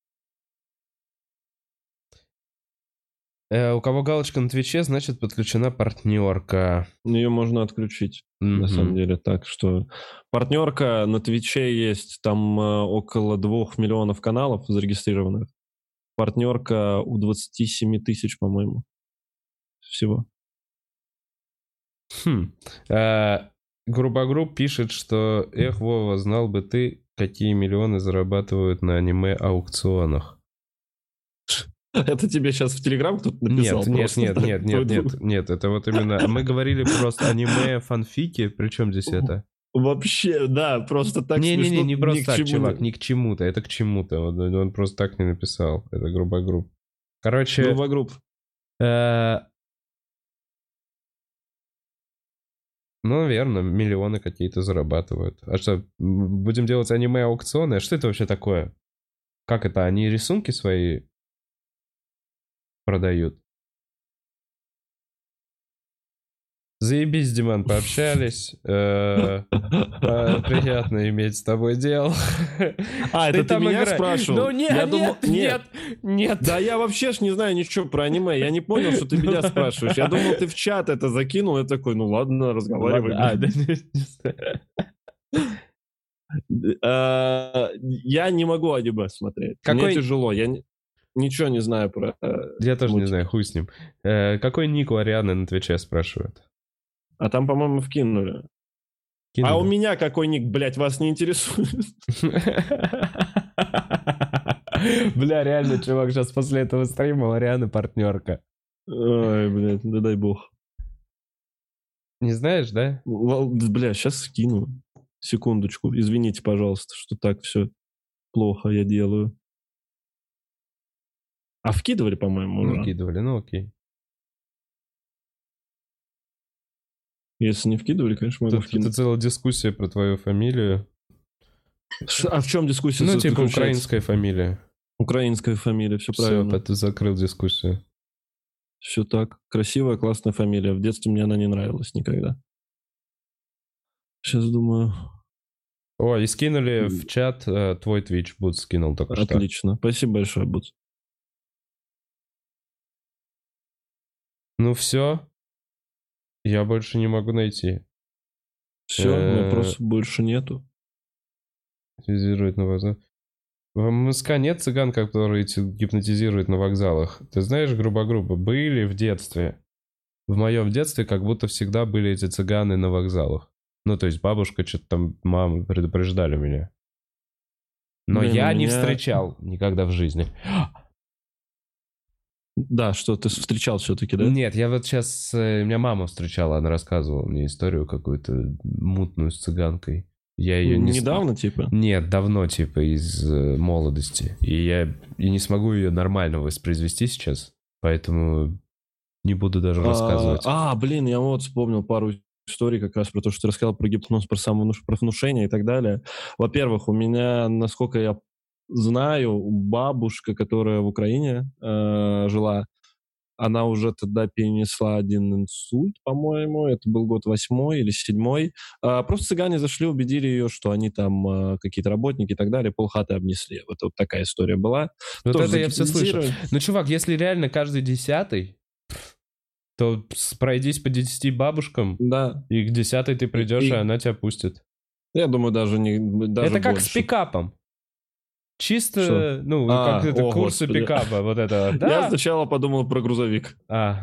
Э, у кого галочка на Твиче, значит подключена партнерка. Ее можно отключить, Мгм. на самом деле. Так что партнерка на Твиче есть, там э, около двух миллионов каналов зарегистрированных. Партнерка у двадцати семи тысяч, по-моему, всего. Хм. Э, Грубогруб пишет, что эх, Вова, знал бы ты, какие миллионы зарабатывают на аниме-аукционах. Это тебе сейчас в Телеграм кто-то написал? Нет, нет, просто нет, так? нет, нет, нет, нет, это вот именно... Мы говорили просто аниме-фанфики, причем здесь это? Вообще, да, просто так Не-не-не, смешно. не ни просто к так, чему чувак, не- не к чему-то, это к чему-то. Он, он просто так не написал, это Грубогруб. Короче, Грубогруб. э, ну, верно, миллионы какие-то зарабатывают. А что, м, будем делать аниме-аукционы? А что это вообще такое? Как это, они рисунки свои продают? Заебись, Диман, пообщались. Э, э, Приятно иметь с тобой дело. А, это ты там меня играй. спрашивал? Ну нет, Я нет, думал- нет, нет. Да я вообще ж не знаю ничего про аниме. Я не понял, что ты меня спрашиваешь. Я думал, ты в чат это закинул. Я такой, ну ладно, разговаривай. Ладно, а, да, не знаю. А, Я не могу аниме смотреть. Какой- Мне тяжело. Я не- ничего не знаю про... э, Я тоже не мультики. знаю, хуй с ним. Э, Какой ник у Арианы на Твиче, спрашивают? А там, по-моему, вкинули. А Кинули? у меня какой ник, блядь, вас не интересует? Бля, реально, чувак, сейчас после этого стрима у Арианы партнерка. Ой, блядь, да дай бог. Не знаешь, да? Л- Бля, сейчас скину. Секундочку. Извините, пожалуйста, что так все плохо я делаю. А вкидывали, по-моему, Ну, уже. кидывали, ну окей. Если не вкидывали, конечно, могу Тут это вкинуть. целая дискуссия про твою фамилию. Ш- А в чем дискуссия? Ну, со- типа заключается? украинская фамилия. Украинская фамилия, все Все, правильно. ты закрыл дискуссию. Все так. Красивая, классная фамилия. В детстве мне она не нравилась никогда. Сейчас думаю. О, и скинули в чат э, твой Twitch, Бут скинул только что. Отлично. Спасибо большое, Буц. Ну все, я больше не могу найти. Все, Э, вопросов больше нету. Гипнотизирует на вокзалах. В МСК нет цыган, которые эти гипнотизируют на вокзалах. Ты знаешь, грубо-грубо, были в детстве. В моем детстве как будто всегда были эти цыганы на вокзалах. Ну, то есть бабушка, что-то там, мама предупреждали меня. Но Блин, я у не меня- встречал никогда в жизни. Да, что ты встречал все-таки, да? Нет, я вот сейчас... э, Меня мама встречала, она рассказывала мне историю какую-то мутную с цыганкой. Я ее не... с- Недавно, типа? Нет, давно, типа, из э, молодости. И я и не смогу ее нормально воспроизвести сейчас, поэтому не буду даже рассказывать. А, а, блин, я вот вспомнил пару историй как раз про то, что ты рассказал про гипноз, про самовнуш... про внушение и так далее. Во-первых, у меня, насколько я знаю, бабушка, которая в Украине э, жила, она уже тогда перенесла один инсульт, по-моему. Это был год восьмой или седьмой. А, просто цыгане зашли, убедили ее, что они там а, какие-то работники и так далее, полхаты обнесли. Вот, вот такая история была. Вот Тоже это я все слышал. загипнотизировали. Ну, чувак, если реально каждый десятый, то с- пройдись по десяти бабушкам, Да. и к десятой ты придешь, и, И- она тебя пустит. Я думаю, даже не даже это как больше. с пикапом. Чисто, Что? ну, А, как это о, курсы Господи. пикапа, вот это. Я Да. сначала подумал про грузовик. А,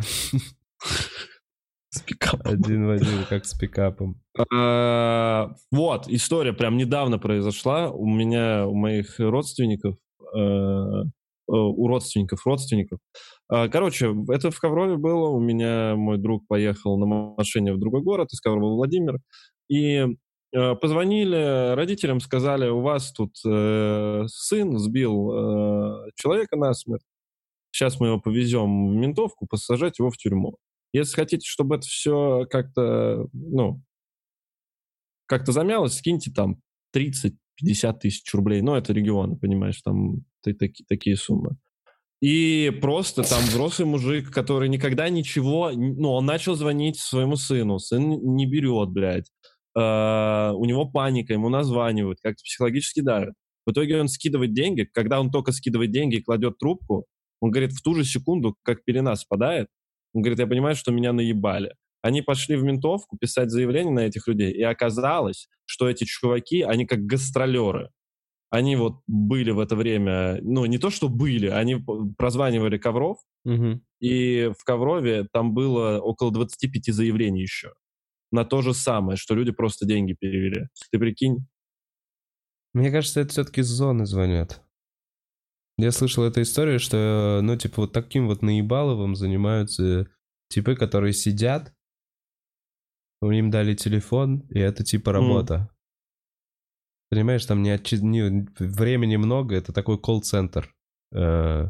С пикапом. один в один, как с пикапом. А, Вот, история прям недавно произошла. У меня, у моих родственников, э, э, у родственников, родственников. А, Короче, это в Коврове было. У меня мой друг поехал на машине в другой город, из Коврова в Владимир. И Э, Позвонили родителям, сказали, у вас тут э, сын сбил э, человека насмерть. Сейчас мы его повезем в ментовку, посажать его в тюрьму. Если хотите, чтобы это все как-то, ну, как-то замялось, скиньте там тридцать-пятьдесят тысяч рублей. Ну, это регионы, понимаешь, там ты, таки, такие суммы. И просто там взрослый мужик, который никогда ничего... Ну, он начал звонить своему сыну. Сын не берет, блядь. Uh, у него паника, ему названивают, как-то психологически давят. В итоге он скидывает деньги. Когда он только скидывает деньги и кладет трубку, он говорит, в ту же секунду, как пелена спадает, он говорит, я понимаю, что меня наебали. Они пошли в ментовку писать заявление на этих людей, и оказалось, что эти чуваки, они как гастролеры. Они вот были в это время, ну, не то, что были, они прозванивали Ковров, угу. И в Коврове там было около двадцать пять заявлений еще на то же самое, что люди просто деньги перевели. Ты прикинь? Мне кажется, это все-таки с зоны звонят. Я слышал эту историю, что, ну, типа, вот таким вот наебаловым занимаются типы, которые сидят, им дали телефон, и это типа работа. Mm. Понимаешь, там не, отчи... не времени много, это такой колл-центр. Э...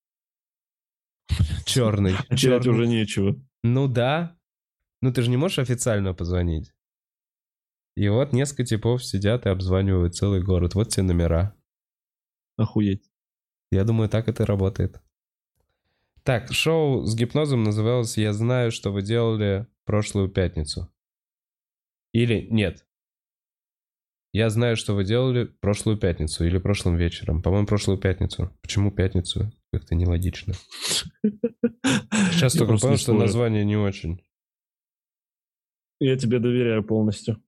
Черный. Терять Черный. уже нечего. Ну да. Ну ты же не можешь официально позвонить. И вот несколько типов сидят и обзванивают целый город. Вот те номера. Охуеть. Я думаю, так это работает. Так, шоу с гипнозом называлось «Я знаю, что вы делали прошлую пятницу». Или нет. Я знаю, что вы делали прошлую пятницу или прошлым вечером. По-моему, прошлую пятницу. Почему пятницу? Как-то нелогично. Сейчас только понял, что название не очень. Я тебе доверяю полностью.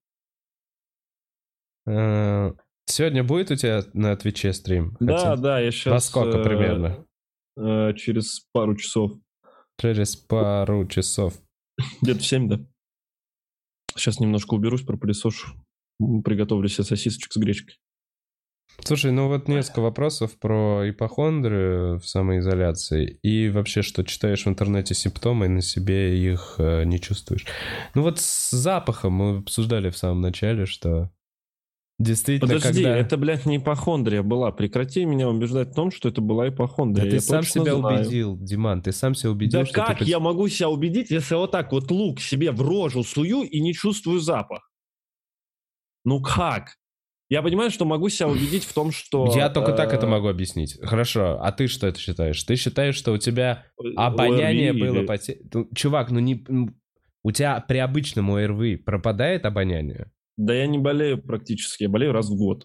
Сегодня будет у тебя на Твиче стрим? Да, Хотя... да, я сейчас... Во сколько примерно? Э, через пару часов. Через пару часов. Где-то в семь, да. Сейчас немножко уберусь, пропылесошу. Приготовлю себе сосисочек с гречкой. Слушай, ну вот несколько вопросов про ипохондрию в самоизоляции и вообще, что читаешь в интернете симптомы и на себе их э, не чувствуешь. Ну вот с запахом мы обсуждали в самом начале, что действительно, Подожди, когда... это, блядь, не ипохондрия была. Прекрати меня убеждать в том, что это была ипохондрия. Да ты я сам себя знаю. убедил, Диман, ты сам себя убедил, да что как ты... я могу себя убедить, если вот так вот лук себе в рожу сую и не чувствую запах? Ну как? Я понимаю, что могу себя убедить в том, что... Я только так это могу объяснить. Хорошо, а ты что это считаешь? Ты считаешь, что у тебя обоняние было... Поте... Чувак, ну не... У тебя при обычном ОРВИ пропадает обоняние? Да я не болею практически, я болею раз в год.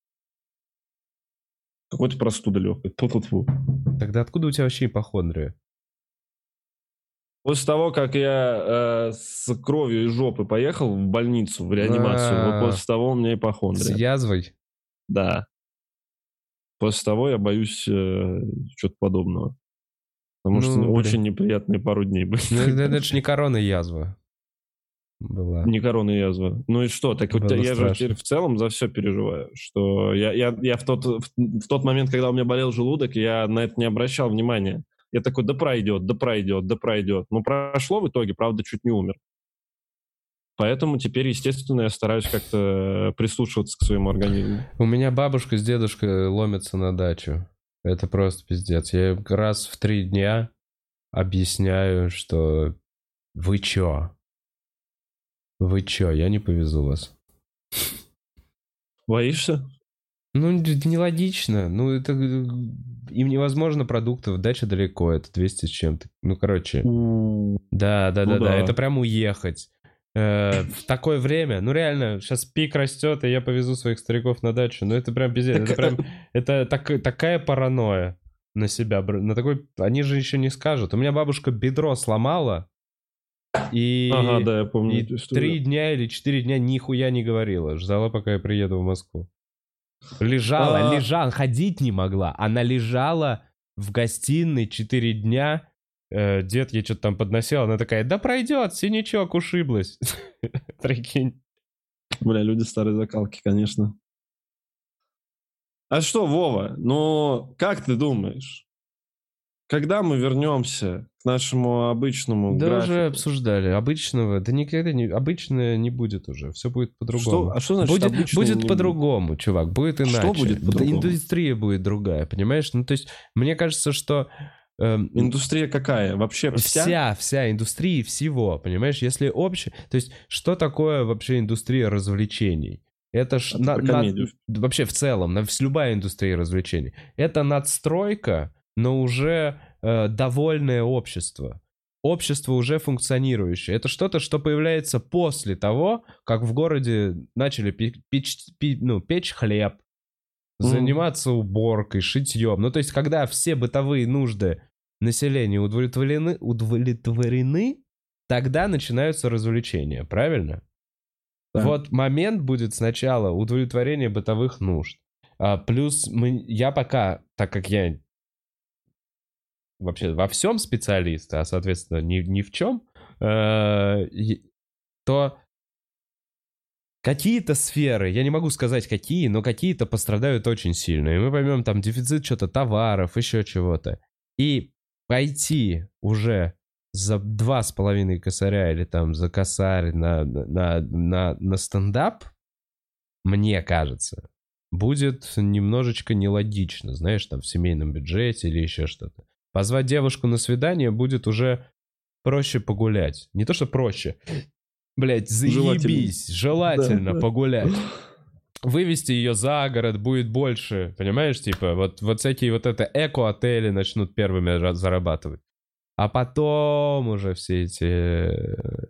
Какой-то простуда легкая. Тьфу-тьфу-тьфу. Тогда откуда у тебя вообще ипохондрия? После того, как я э, с кровью из жопы поехал в больницу, в реанимацию, А-а-а. вот после того у меня ипохондрия. С язвой? Да. После того я боюсь э, чего-то подобного. Потому ну, что блин. очень неприятные пару дней были. Ну, это, это же не корона язва была. Не корона язва. Ну и что? Так вот, я же теперь в целом за все переживаю. Что я, я, я в, тот, в, в тот момент, когда у меня болел желудок, я на это не обращал внимания. Я такой, да пройдет, да пройдет, да пройдет. Ну, прошло в итоге, правда, чуть не умер. Поэтому теперь, естественно, я стараюсь как-то прислушиваться к своему организму. У меня бабушка с дедушкой ломятся на дачу. Это просто пиздец. Я раз в три дня объясняю, что вы чё? Вы чё? Я не повезу вас. Боишься? Ну, нелогично. Ну, это... Им невозможно продуктов. Дача далеко. Это двести с чем-то. Ну, короче. Да, да, да, да. Это прям уехать. Э, в такое время. Ну, реально, сейчас пик растет, и я повезу своих стариков на дачу. Ну, это прям пиздец. Это прям... Это так, такая паранойя на себя. На такой... Они же еще не скажут. У меня бабушка бедро сломала. И, ага, да, я помню и три дня или четыре дня нихуя не говорила. Ждала, пока я приеду в Москву. Лежала, а... лежала, ходить не могла. Она лежала в гостиной четыре дня. Э, дед ей что-то там подносил. Она такая, да пройдет, синячок, ушиблась. Прикинь. Бля, люди старой закалки, конечно. А что, Вова, ну, как ты думаешь, когда мы вернемся к нашему обычному Да графику. уже обсуждали. Обычного, да никогда не... Обычное не будет уже. Все будет по-другому. Что? А что значит будет, обычное будет не по-другому, чувак. Будет иначе. Что будет Да, по-другому? индустрия будет другая, понимаешь? Ну, то есть, мне кажется, что... эм, Индустрия какая? Вообще вся? Вся, вся индустрия всего, понимаешь? Если общее... То есть, что такое вообще индустрия развлечений? Это ж А ты на- про на- комедию. вообще в целом, на, любая индустрия развлечений. Это надстройка, но уже э, довольное общество. Общество уже функционирующее. Это что-то, что появляется после того, как в городе начали пи- печь, пи- ну, печь хлеб, Мгм. заниматься уборкой, шитьем. Ну, то есть, когда все бытовые нужды населения удовлетворены, удовлетворены, тогда начинаются развлечения, правильно? Да. Вот момент будет сначала удовлетворение бытовых нужд. А, плюс мы, я пока, так как я вообще во всем специалист, а соответственно ни, ни в чем, э, и- то какие-то сферы, я не могу сказать какие, но какие-то пострадают очень сильно. И мы поймем там дефицит что-то товаров, еще чего-то. И пойти уже за два с половиной косаря или там за косарь на, на, на, на стендап, мне кажется, будет немножечко нелогично, знаешь, там в семейном бюджете или еще что-то. Позвать девушку на свидание будет уже проще погулять. Не то, что проще. Блять, заебись. Желательно Да, да. погулять. Вывести ее за город будет больше, понимаешь, типа, вот, вот всякие вот это эко-отели начнут первыми ра- зарабатывать. А потом уже все эти э,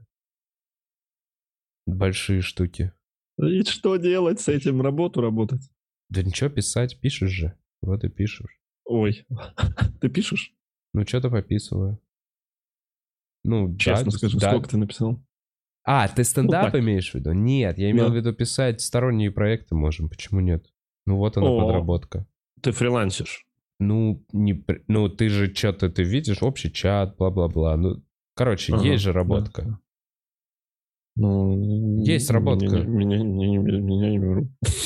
большие штуки. И что делать с этим? Работу работать? Да ничего писать, пишешь же. Вот и пишешь. Ой, ты пишешь? Ну, что-то пописываю. Ну, Честно да, скажи, да. сколько ты написал? А, ты стендап Ну, так. имеешь в виду? Нет, я имел Да. в виду писать сторонние проекты можем. Почему нет? Ну, вот она О. подработка. Ты фрилансишь. Ну, не, при- ну, ты же что-то, ты видишь, общий чат, бла-бла-бла. Ну, короче, Ага, есть же да. работа. Ну, Есть меня- работка. Меня, меня, меня, меня не берут.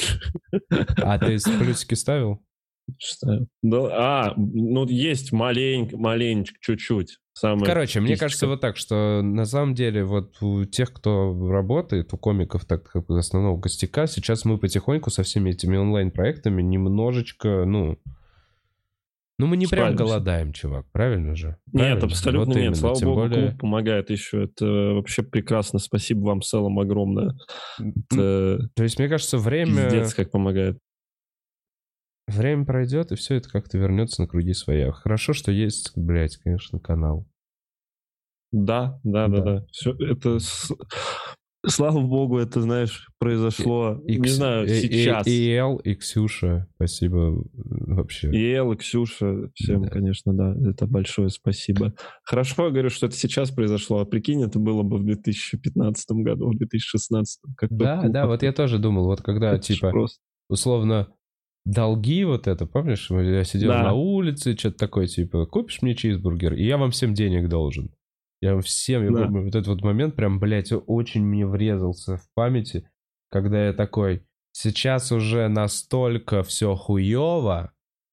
А ты с плюсики ставил? Считаю. Да, а, ну есть маленько, маленечко, чуть-чуть. Самое Короче, мне кисточка. кажется вот так, что на самом деле вот у тех, кто работает, у комиков, так как основного костяка, сейчас мы потихоньку со всеми этими онлайн-проектами немножечко, ну... Ну, мы не прям Справимся. голодаем, чувак, правильно же? Нет, Правильно? абсолютно Вот нет. именно, Слава тем богу, более... клуб помогает еще. Это вообще прекрасно. Спасибо вам в целом огромное. Это То есть, мне кажется, время... пиздец как помогает. Время пройдет, и все это как-то вернется на круги своя. Хорошо, что есть, блядь, конечно, канал. Да, да, да, Да. да. Все это... с- Слава богу, это, знаешь, произошло, И, не Кс- знаю, и- и- сейчас. И Эл, и Ксюша, спасибо э, вообще. И Эл, и Ксюша, всем, Да. конечно, да, это большое спасибо. Хорошо, я говорю, что это сейчас произошло, а прикинь, это было бы в две тысячи пятнадцатом году, в две тысячи шестнадцатом. Как Да, клуб да, вот я тоже думал, вот когда, Это ж типа, просто. условно, долги вот это, помнишь, я сидел Да. на улице, что-то такое, типа, купишь мне чизбургер, и я вам всем денег должен. Я вам всем, я Да. помню, вот этот вот момент прям, блядь, очень мне врезался в памяти, когда я такой, сейчас уже настолько все хуево,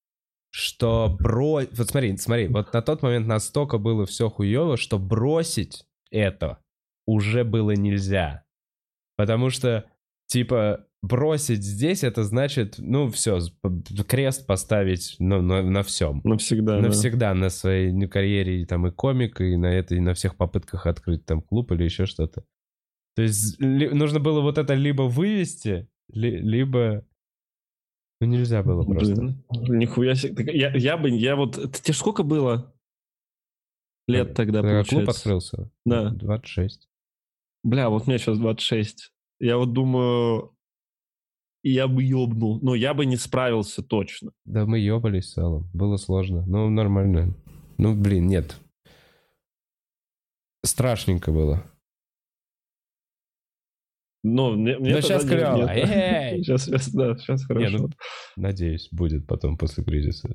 что бро... Вот смотри, смотри, вот на тот момент настолько было все хуево, что бросить это уже было нельзя. Потому что, типа, бросить здесь, это значит, ну, все, крест поставить ну, на, на всем. Навсегда, да. Навсегда на своей ну, карьере там и комика, и на этой, и на всех попытках открыть там клуб или еще что-то. То есть ли- нужно было вот это либо вывести, ли- либо... Ну, нельзя было просто. Блин, нихуя себе. Так Я, я бы, я вот... это Тебе ж сколько было лет тогда, Когда получается? клуб открылся? Да. двадцать шесть. Бля, вот мне сейчас двадцать шесть. Я вот думаю, я бы ёбнул. Но я бы не справился точно. Да мы ебались в целом. Было сложно. Ну, нормально. Ну, блин, нет. Страшненько было. Но мне, мне Но тогда щас не- клёво. нет. Эй! Сейчас, сейчас, да, сейчас Не, хорошо. ну, надеюсь, будет потом после кризиса.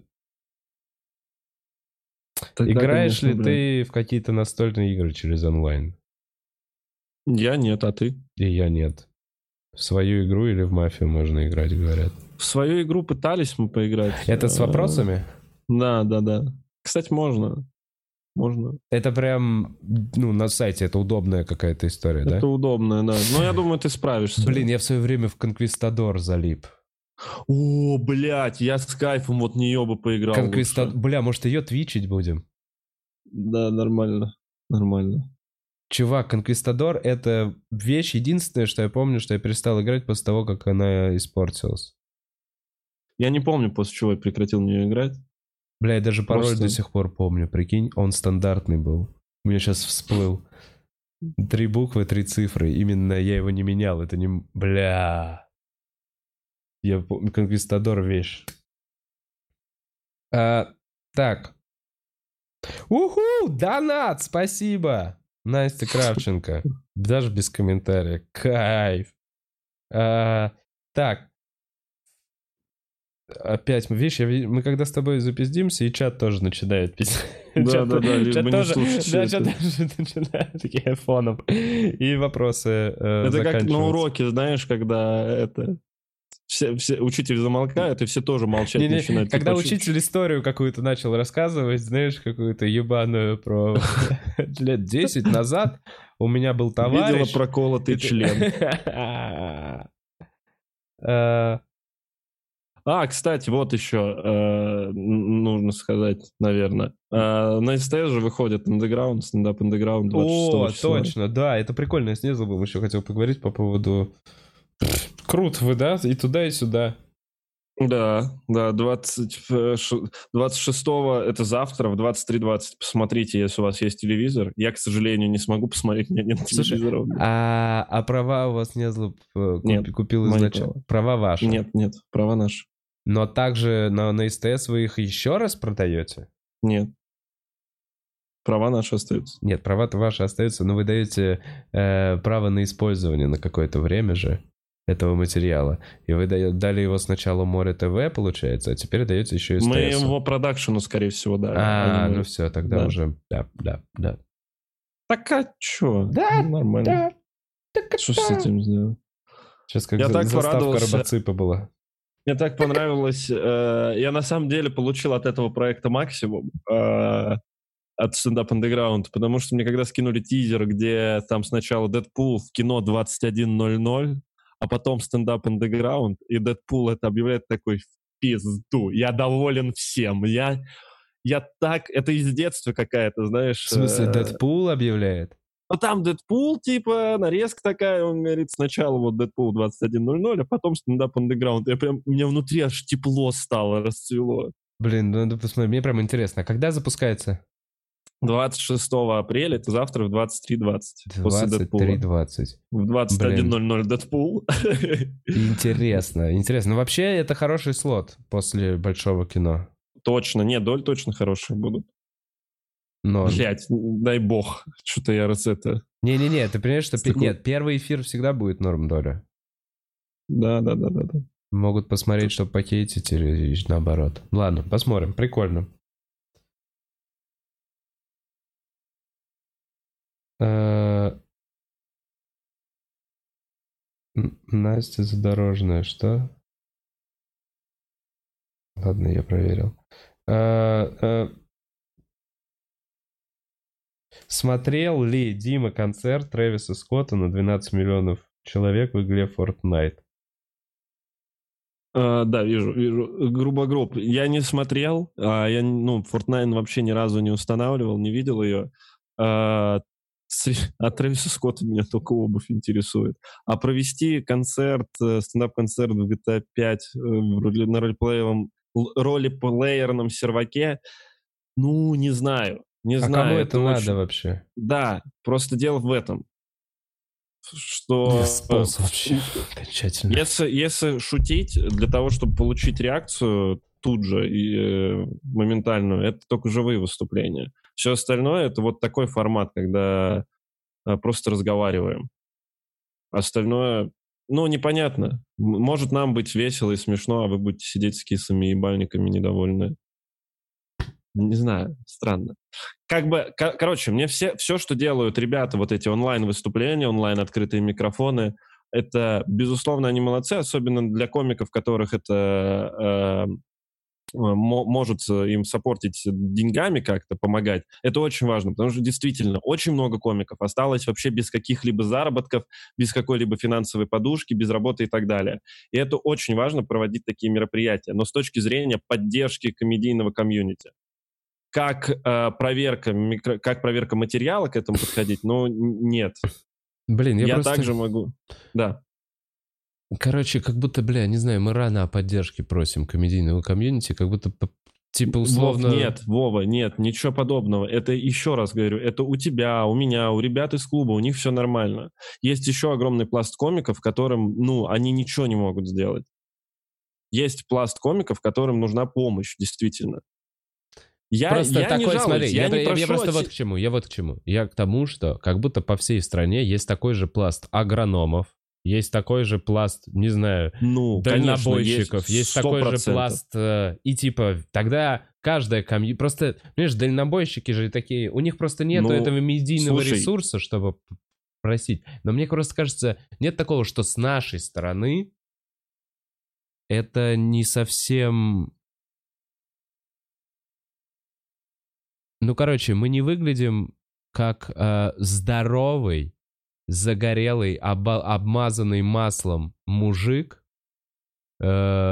Тогда, Играешь конечно, ли бля. ты в какие-то настольные игры через онлайн? Я нет, а ты? И я нет. В свою игру или в мафию можно играть, говорят. В свою игру пытались мы поиграть. Это с Э, вопросами? Да, да, да. Кстати, можно. можно. Это прям, ну, на сайте, это удобная какая-то история, это да? Это удобная, да. Но я думаю, ты справишься. Блин, я в свое время в Конквистадор залип. О, блядь, я с кайфом вот нее бы поиграл Конквистадор... лучше. Бля, может, ее твичить будем? Да, нормально, нормально. Чувак, Конквистадор — это вещь единственная, что я помню, что я перестал играть после того, как она испортилась. Я не помню, после чего я прекратил в нее играть. Бля, я даже пароль Просто... до сих пор помню, прикинь, он стандартный был. У меня сейчас всплыл. Три буквы, три цифры. Именно я его не менял, это не... Бля... Я помню, Конквистадор вещь. А, так. Уху! Донат! Спасибо! Настя Кравченко. Даже без комментария. Кайф. А, так. Опять, видишь, я, мы когда с тобой запиздимся, и чат тоже начинает пиздить. Да, да, да, лишь бы не тоже, слушать да, все чат это. тоже начинает такие фоном. И вопросы э, Это как на уроке, знаешь, когда это... Все, все, учитель замолкает, и все тоже молчать не, не, начинают. Когда типа, учитель историю какую-то начал рассказывать, знаешь, какую-то ебаную про лет десять назад, у меня был товарищ... Видела проколотый член. А, кстати, вот еще э, нужно сказать, наверное. Э, на СТС же выходит Underground, стендап Underground двадцать шестого числа. О, точно, да, это прикольно. Я снизу был, еще хотел поговорить по поводу... Круто вы, да? И туда, и сюда. Да, да, двадцать, двадцать шестого это завтра в двадцать три двадцать. Посмотрите, если у вас есть телевизор. Я, к сожалению, не смогу посмотреть, у меня нет Слушай, телевизора. А, а права у вас не зло куп, нет, купил изначально? Права. права ваши? Нет, нет, права наши. Но также на, на СТС вы их еще раз продаете? Нет. Права наши остаются. Нет, права-то ваши остаются, но вы даете э, право на использование на какое-то время же этого материала. И вы дали его сначала Море ТВ, получается, а теперь даете еще СТС. Мы его продакшену, скорее всего, дали. А, ну все, тогда да. уже, да, да, да. Так а чё? Да, ну, нормально. Да, так, что да. с этим сделать? Сейчас как я за, так заставка Робоципа была. Мне так понравилось. Э, я на самом деле получил от этого проекта максимум. Э, от Stand Up Underground, потому что мне когда скинули тизер, где там сначала Дэдпул в кино двадцать один ноль ноль, а потом Stand Up Underground, и Дэдпул это объявляет такой: в пизду, я доволен всем. Я, я так... Это из детства какая-то, знаешь... В смысле, Дэдпул объявляет? Ну, там Дэдпул, типа, нарезка такая, он говорит, сначала вот Дэдпул двадцать один ноль ноль, а потом Stand Up Underground. Я прям, у меня внутри аж тепло стало, расцвело. Блин, ну, ну посмотри, мне прям интересно, а когда запускается? двадцать шестого апреля, это завтра в двадцать три двадцать. двадцать три двадцать. В двадцать один ноль ноль Дэдпул. Интересно, интересно. Ну, вообще, это хороший слот после большого кино. Точно, нет, доль точно хорошие будут. Но... Блять, дай бог, что-то я раз это... Не-не-не, ты понимаешь, что... Такой... Нет, первый эфир всегда будет норм доля. Да-да-да-да. Могут посмотреть, чтобы похейтить или наоборот. Ладно, посмотрим, прикольно. Настя Задорожная, что? Ладно, я проверил. Смотрел ли Дима концерт Трэвиса Скотта на двенадцать миллионов человек в игре Fortnite? Uh, да, вижу, вижу. Грубо-груб. Я не смотрел, uh, я, ну, Fortnite вообще ни разу не устанавливал, не видел ее. Uh, а Трэвиса Скотта меня только обувь интересует. А провести концерт, стендап-концерт в джи ти эй пять на ролеплеерном, ролеплеерном серваке, ну, не знаю. Не а знаю. кому это, это надо очень... вообще? Да, просто дело в этом. Что... Спонсор вообще окончательно. Если, если шутить, для того, чтобы получить реакцию тут же и э, моментальную, это только живые выступления. Все остальное — это вот такой формат, когда э, просто разговариваем. Остальное, ну, непонятно. Может нам быть весело и смешно, а вы будете сидеть с кислыми ебальниками недовольные. Не знаю, странно. Как бы, кор- короче, мне все, все, что делают ребята, вот эти онлайн-выступления, онлайн-открытые микрофоны, это, безусловно, они молодцы, особенно для комиков, которых это, э, может им саппортить деньгами как-то, помогать, это очень важно, потому что действительно очень много комиков осталось вообще без каких-либо заработков, без какой-либо финансовой подушки, без работы и так далее. И это очень важно проводить такие мероприятия, но с точки зрения поддержки комедийного комьюнити. Как э, проверка, микро, как проверка материала к этому подходить, ну, нет. Блин, я, я просто... также могу, да. Короче, как будто, бля, не знаю, мы рано о поддержке просим комедийного комьюнити, как будто, типа, условно... Вов, нет, Вова, нет, ничего подобного. Это, еще раз говорю, это у тебя, у меня, у ребят из клуба, у них все нормально. Есть еще огромный пласт комиков, которым, ну, они ничего не могут сделать. Есть пласт комиков, которым нужна помощь, действительно. Я, просто я такой, не жалуюсь, смотри, я, я, не я, прошу я просто от... вот к чему, я вот к чему. Я к тому, что как будто по всей стране есть такой же пласт агрономов, есть такой же пласт, не знаю, ну, дальнобойщиков, конечно, есть, есть такой же пласт, э, и типа, тогда каждая комьюнити... Просто, понимаешь, дальнобойщики же такие, у них просто нету ну, этого медийного слушай, ресурса, чтобы просить. Но мне просто кажется, нет такого, что с нашей стороны это не совсем... Ну, короче, мы не выглядим как э, здоровый, загорелый, оба- обмазанный маслом мужик. Э,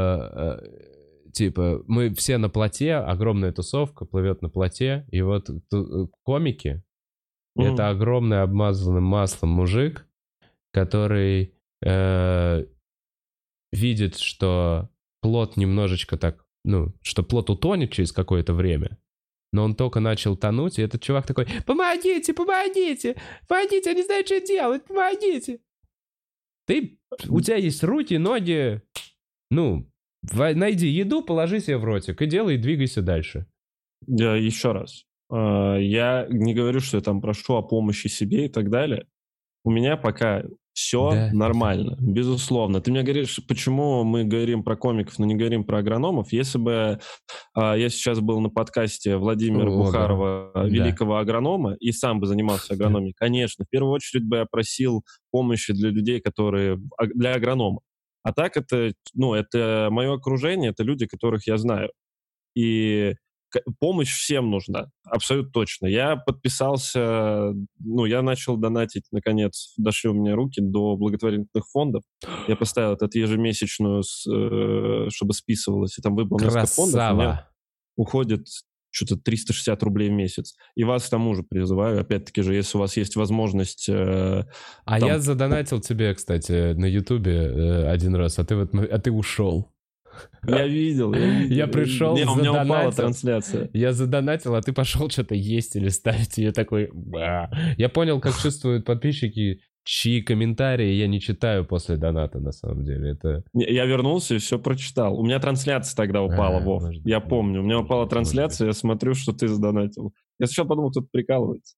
э, типа, мы все на плоте, огромная тусовка плывет на плоте, и вот ту- комики — mm. это огромный обмазанный маслом мужик, который э, видит, что плот немножечко так, ну, что плот утонет через какое-то время. Но он только начал тонуть, и этот чувак такой: «Помогите, помогите! Помогите, я не знаю, что делать, помогите!» Ты, у тебя есть руки, ноги, ну, найди еду, положи себе в ротик и делай, и двигайся дальше. Я еще раз. Я не говорю, что я там прошу о помощи себе и так далее. У меня пока все да, нормально, да. Безусловно. Ты мне говоришь, почему мы говорим про комиков, но не говорим про агрономов. Если бы а, я сейчас был на подкасте Владимира О, Бухарова, да. великого агронома, и сам бы занимался агрономией, конечно, в первую очередь бы я просил помощи для людей, которые... для агронома. А так это, ну, это мое окружение, это люди, которых я знаю. И помощь всем нужна, абсолютно точно. Я подписался, ну, я начал донатить, наконец, дошли у меня руки до благотворительных фондов. Я поставил этот ежемесячную, чтобы списывалось, и там выбрал Красава. Несколько фондов. У меня уходит что-то триста шестьдесят рублей в месяц. И вас к тому же призываю, опять-таки же, если у вас есть возможность... Э, а там... я задонатил тебе, кстати, на Ютубе э, один раз, а ты, вот, а ты ушел. Я видел, я видел. Я пришел, Не, у меня задонатил. упала трансляция. Я задонатил, а ты пошел что-то есть или ставить. И я такой... Ба. Я понял, как чувствуют подписчики, чьи комментарии я не читаю после доната, на самом деле. Это... Я вернулся и все прочитал. У меня трансляция тогда упала, а, Вов. Может, я может, помню. У меня может, упала трансляция, я смотрю, что ты задонатил. Я сначала подумал, кто-то прикалывается.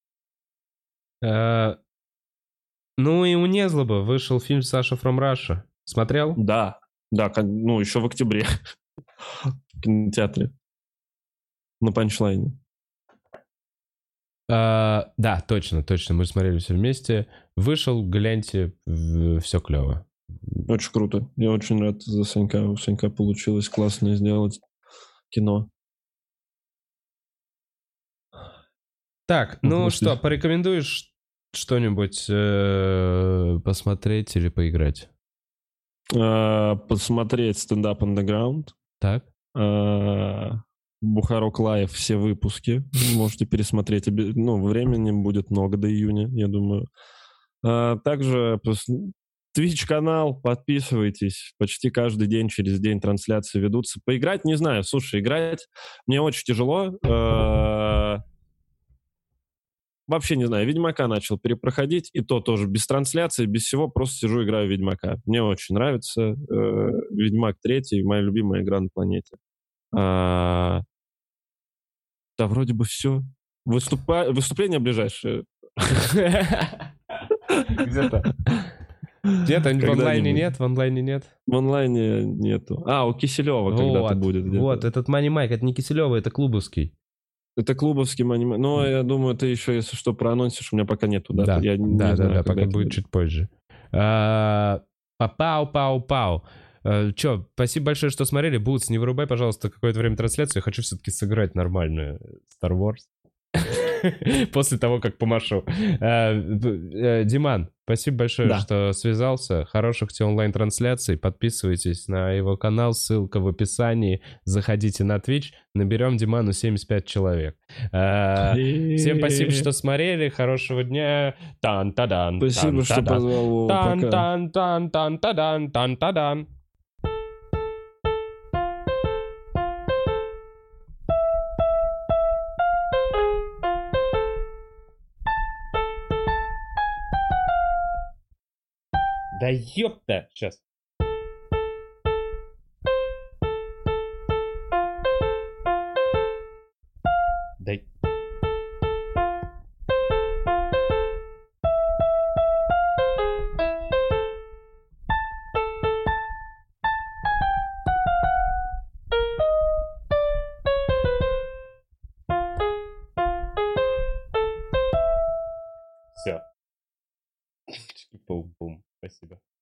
А, ну и у Незлоба вышел фильм «Саша from Russia». Смотрел? Да. Да, ну, еще в октябре в кинотеатре на Панчлайне. А, да, точно, точно, мы смотрели все вместе. Вышел, гляньте, все клево. Очень круто. Я очень рад за Санька. У Санька получилось классно сделать кино. Так, ну Может, что, порекомендуешь что-нибудь э, посмотреть или поиграть? Uh, посмотреть стендап Underground. Так. Uh, Бухарок Лайв, все выпуски. Можете пересмотреть. Ну, времени будет много до июня, я думаю. Uh, также Twitch-канал, подписывайтесь. Почти каждый день, через день трансляции ведутся. Поиграть, не знаю. Слушай, играть мне очень тяжело. Uh, Вообще не знаю, Ведьмака начал перепроходить, и то тоже без трансляции, без всего, просто сижу, играю в Ведьмака. Мне очень нравится. Э, Ведьмак третий, моя любимая игра на планете. А, да, вроде бы все. Выступа... Выступление ближайшее. Где-то. Где-то в онлайне нет, в онлайне нет. В онлайне нету. А, у Киселева когда-то будет. Вот, этот Money Mike, это не Киселева, это клубовский. Это клубовский аниме. Но я думаю, ты еще, если что, проанонсишь, у меня пока нету. Да, да, я да, не да, знаю, да, пока будет, будет чуть позже. А, пау-пау-пау. Э, Че, спасибо большое, что смотрели. Бутс, не вырубай, пожалуйста, какое-то время трансляцию. Я хочу все-таки сыграть нормальную Star Wars. После того, как помашу. Э, э, Диман, спасибо большое, Да. что связался. Хороших тебе онлайн-трансляций. Подписывайтесь на его канал, ссылка в описании. Заходите на Twitch. Наберем Диману семьдесят пять человек. Э, Всем спасибо, что смотрели. Хорошего дня. Тан-тадан. Спасибо, что тан-тадан. позвал. Пока. Тан-тан-тан-тан-тадан. Тан-тадан. Да ёпта! Сейчас. Дай. Все. Бум-бум. Спасибо.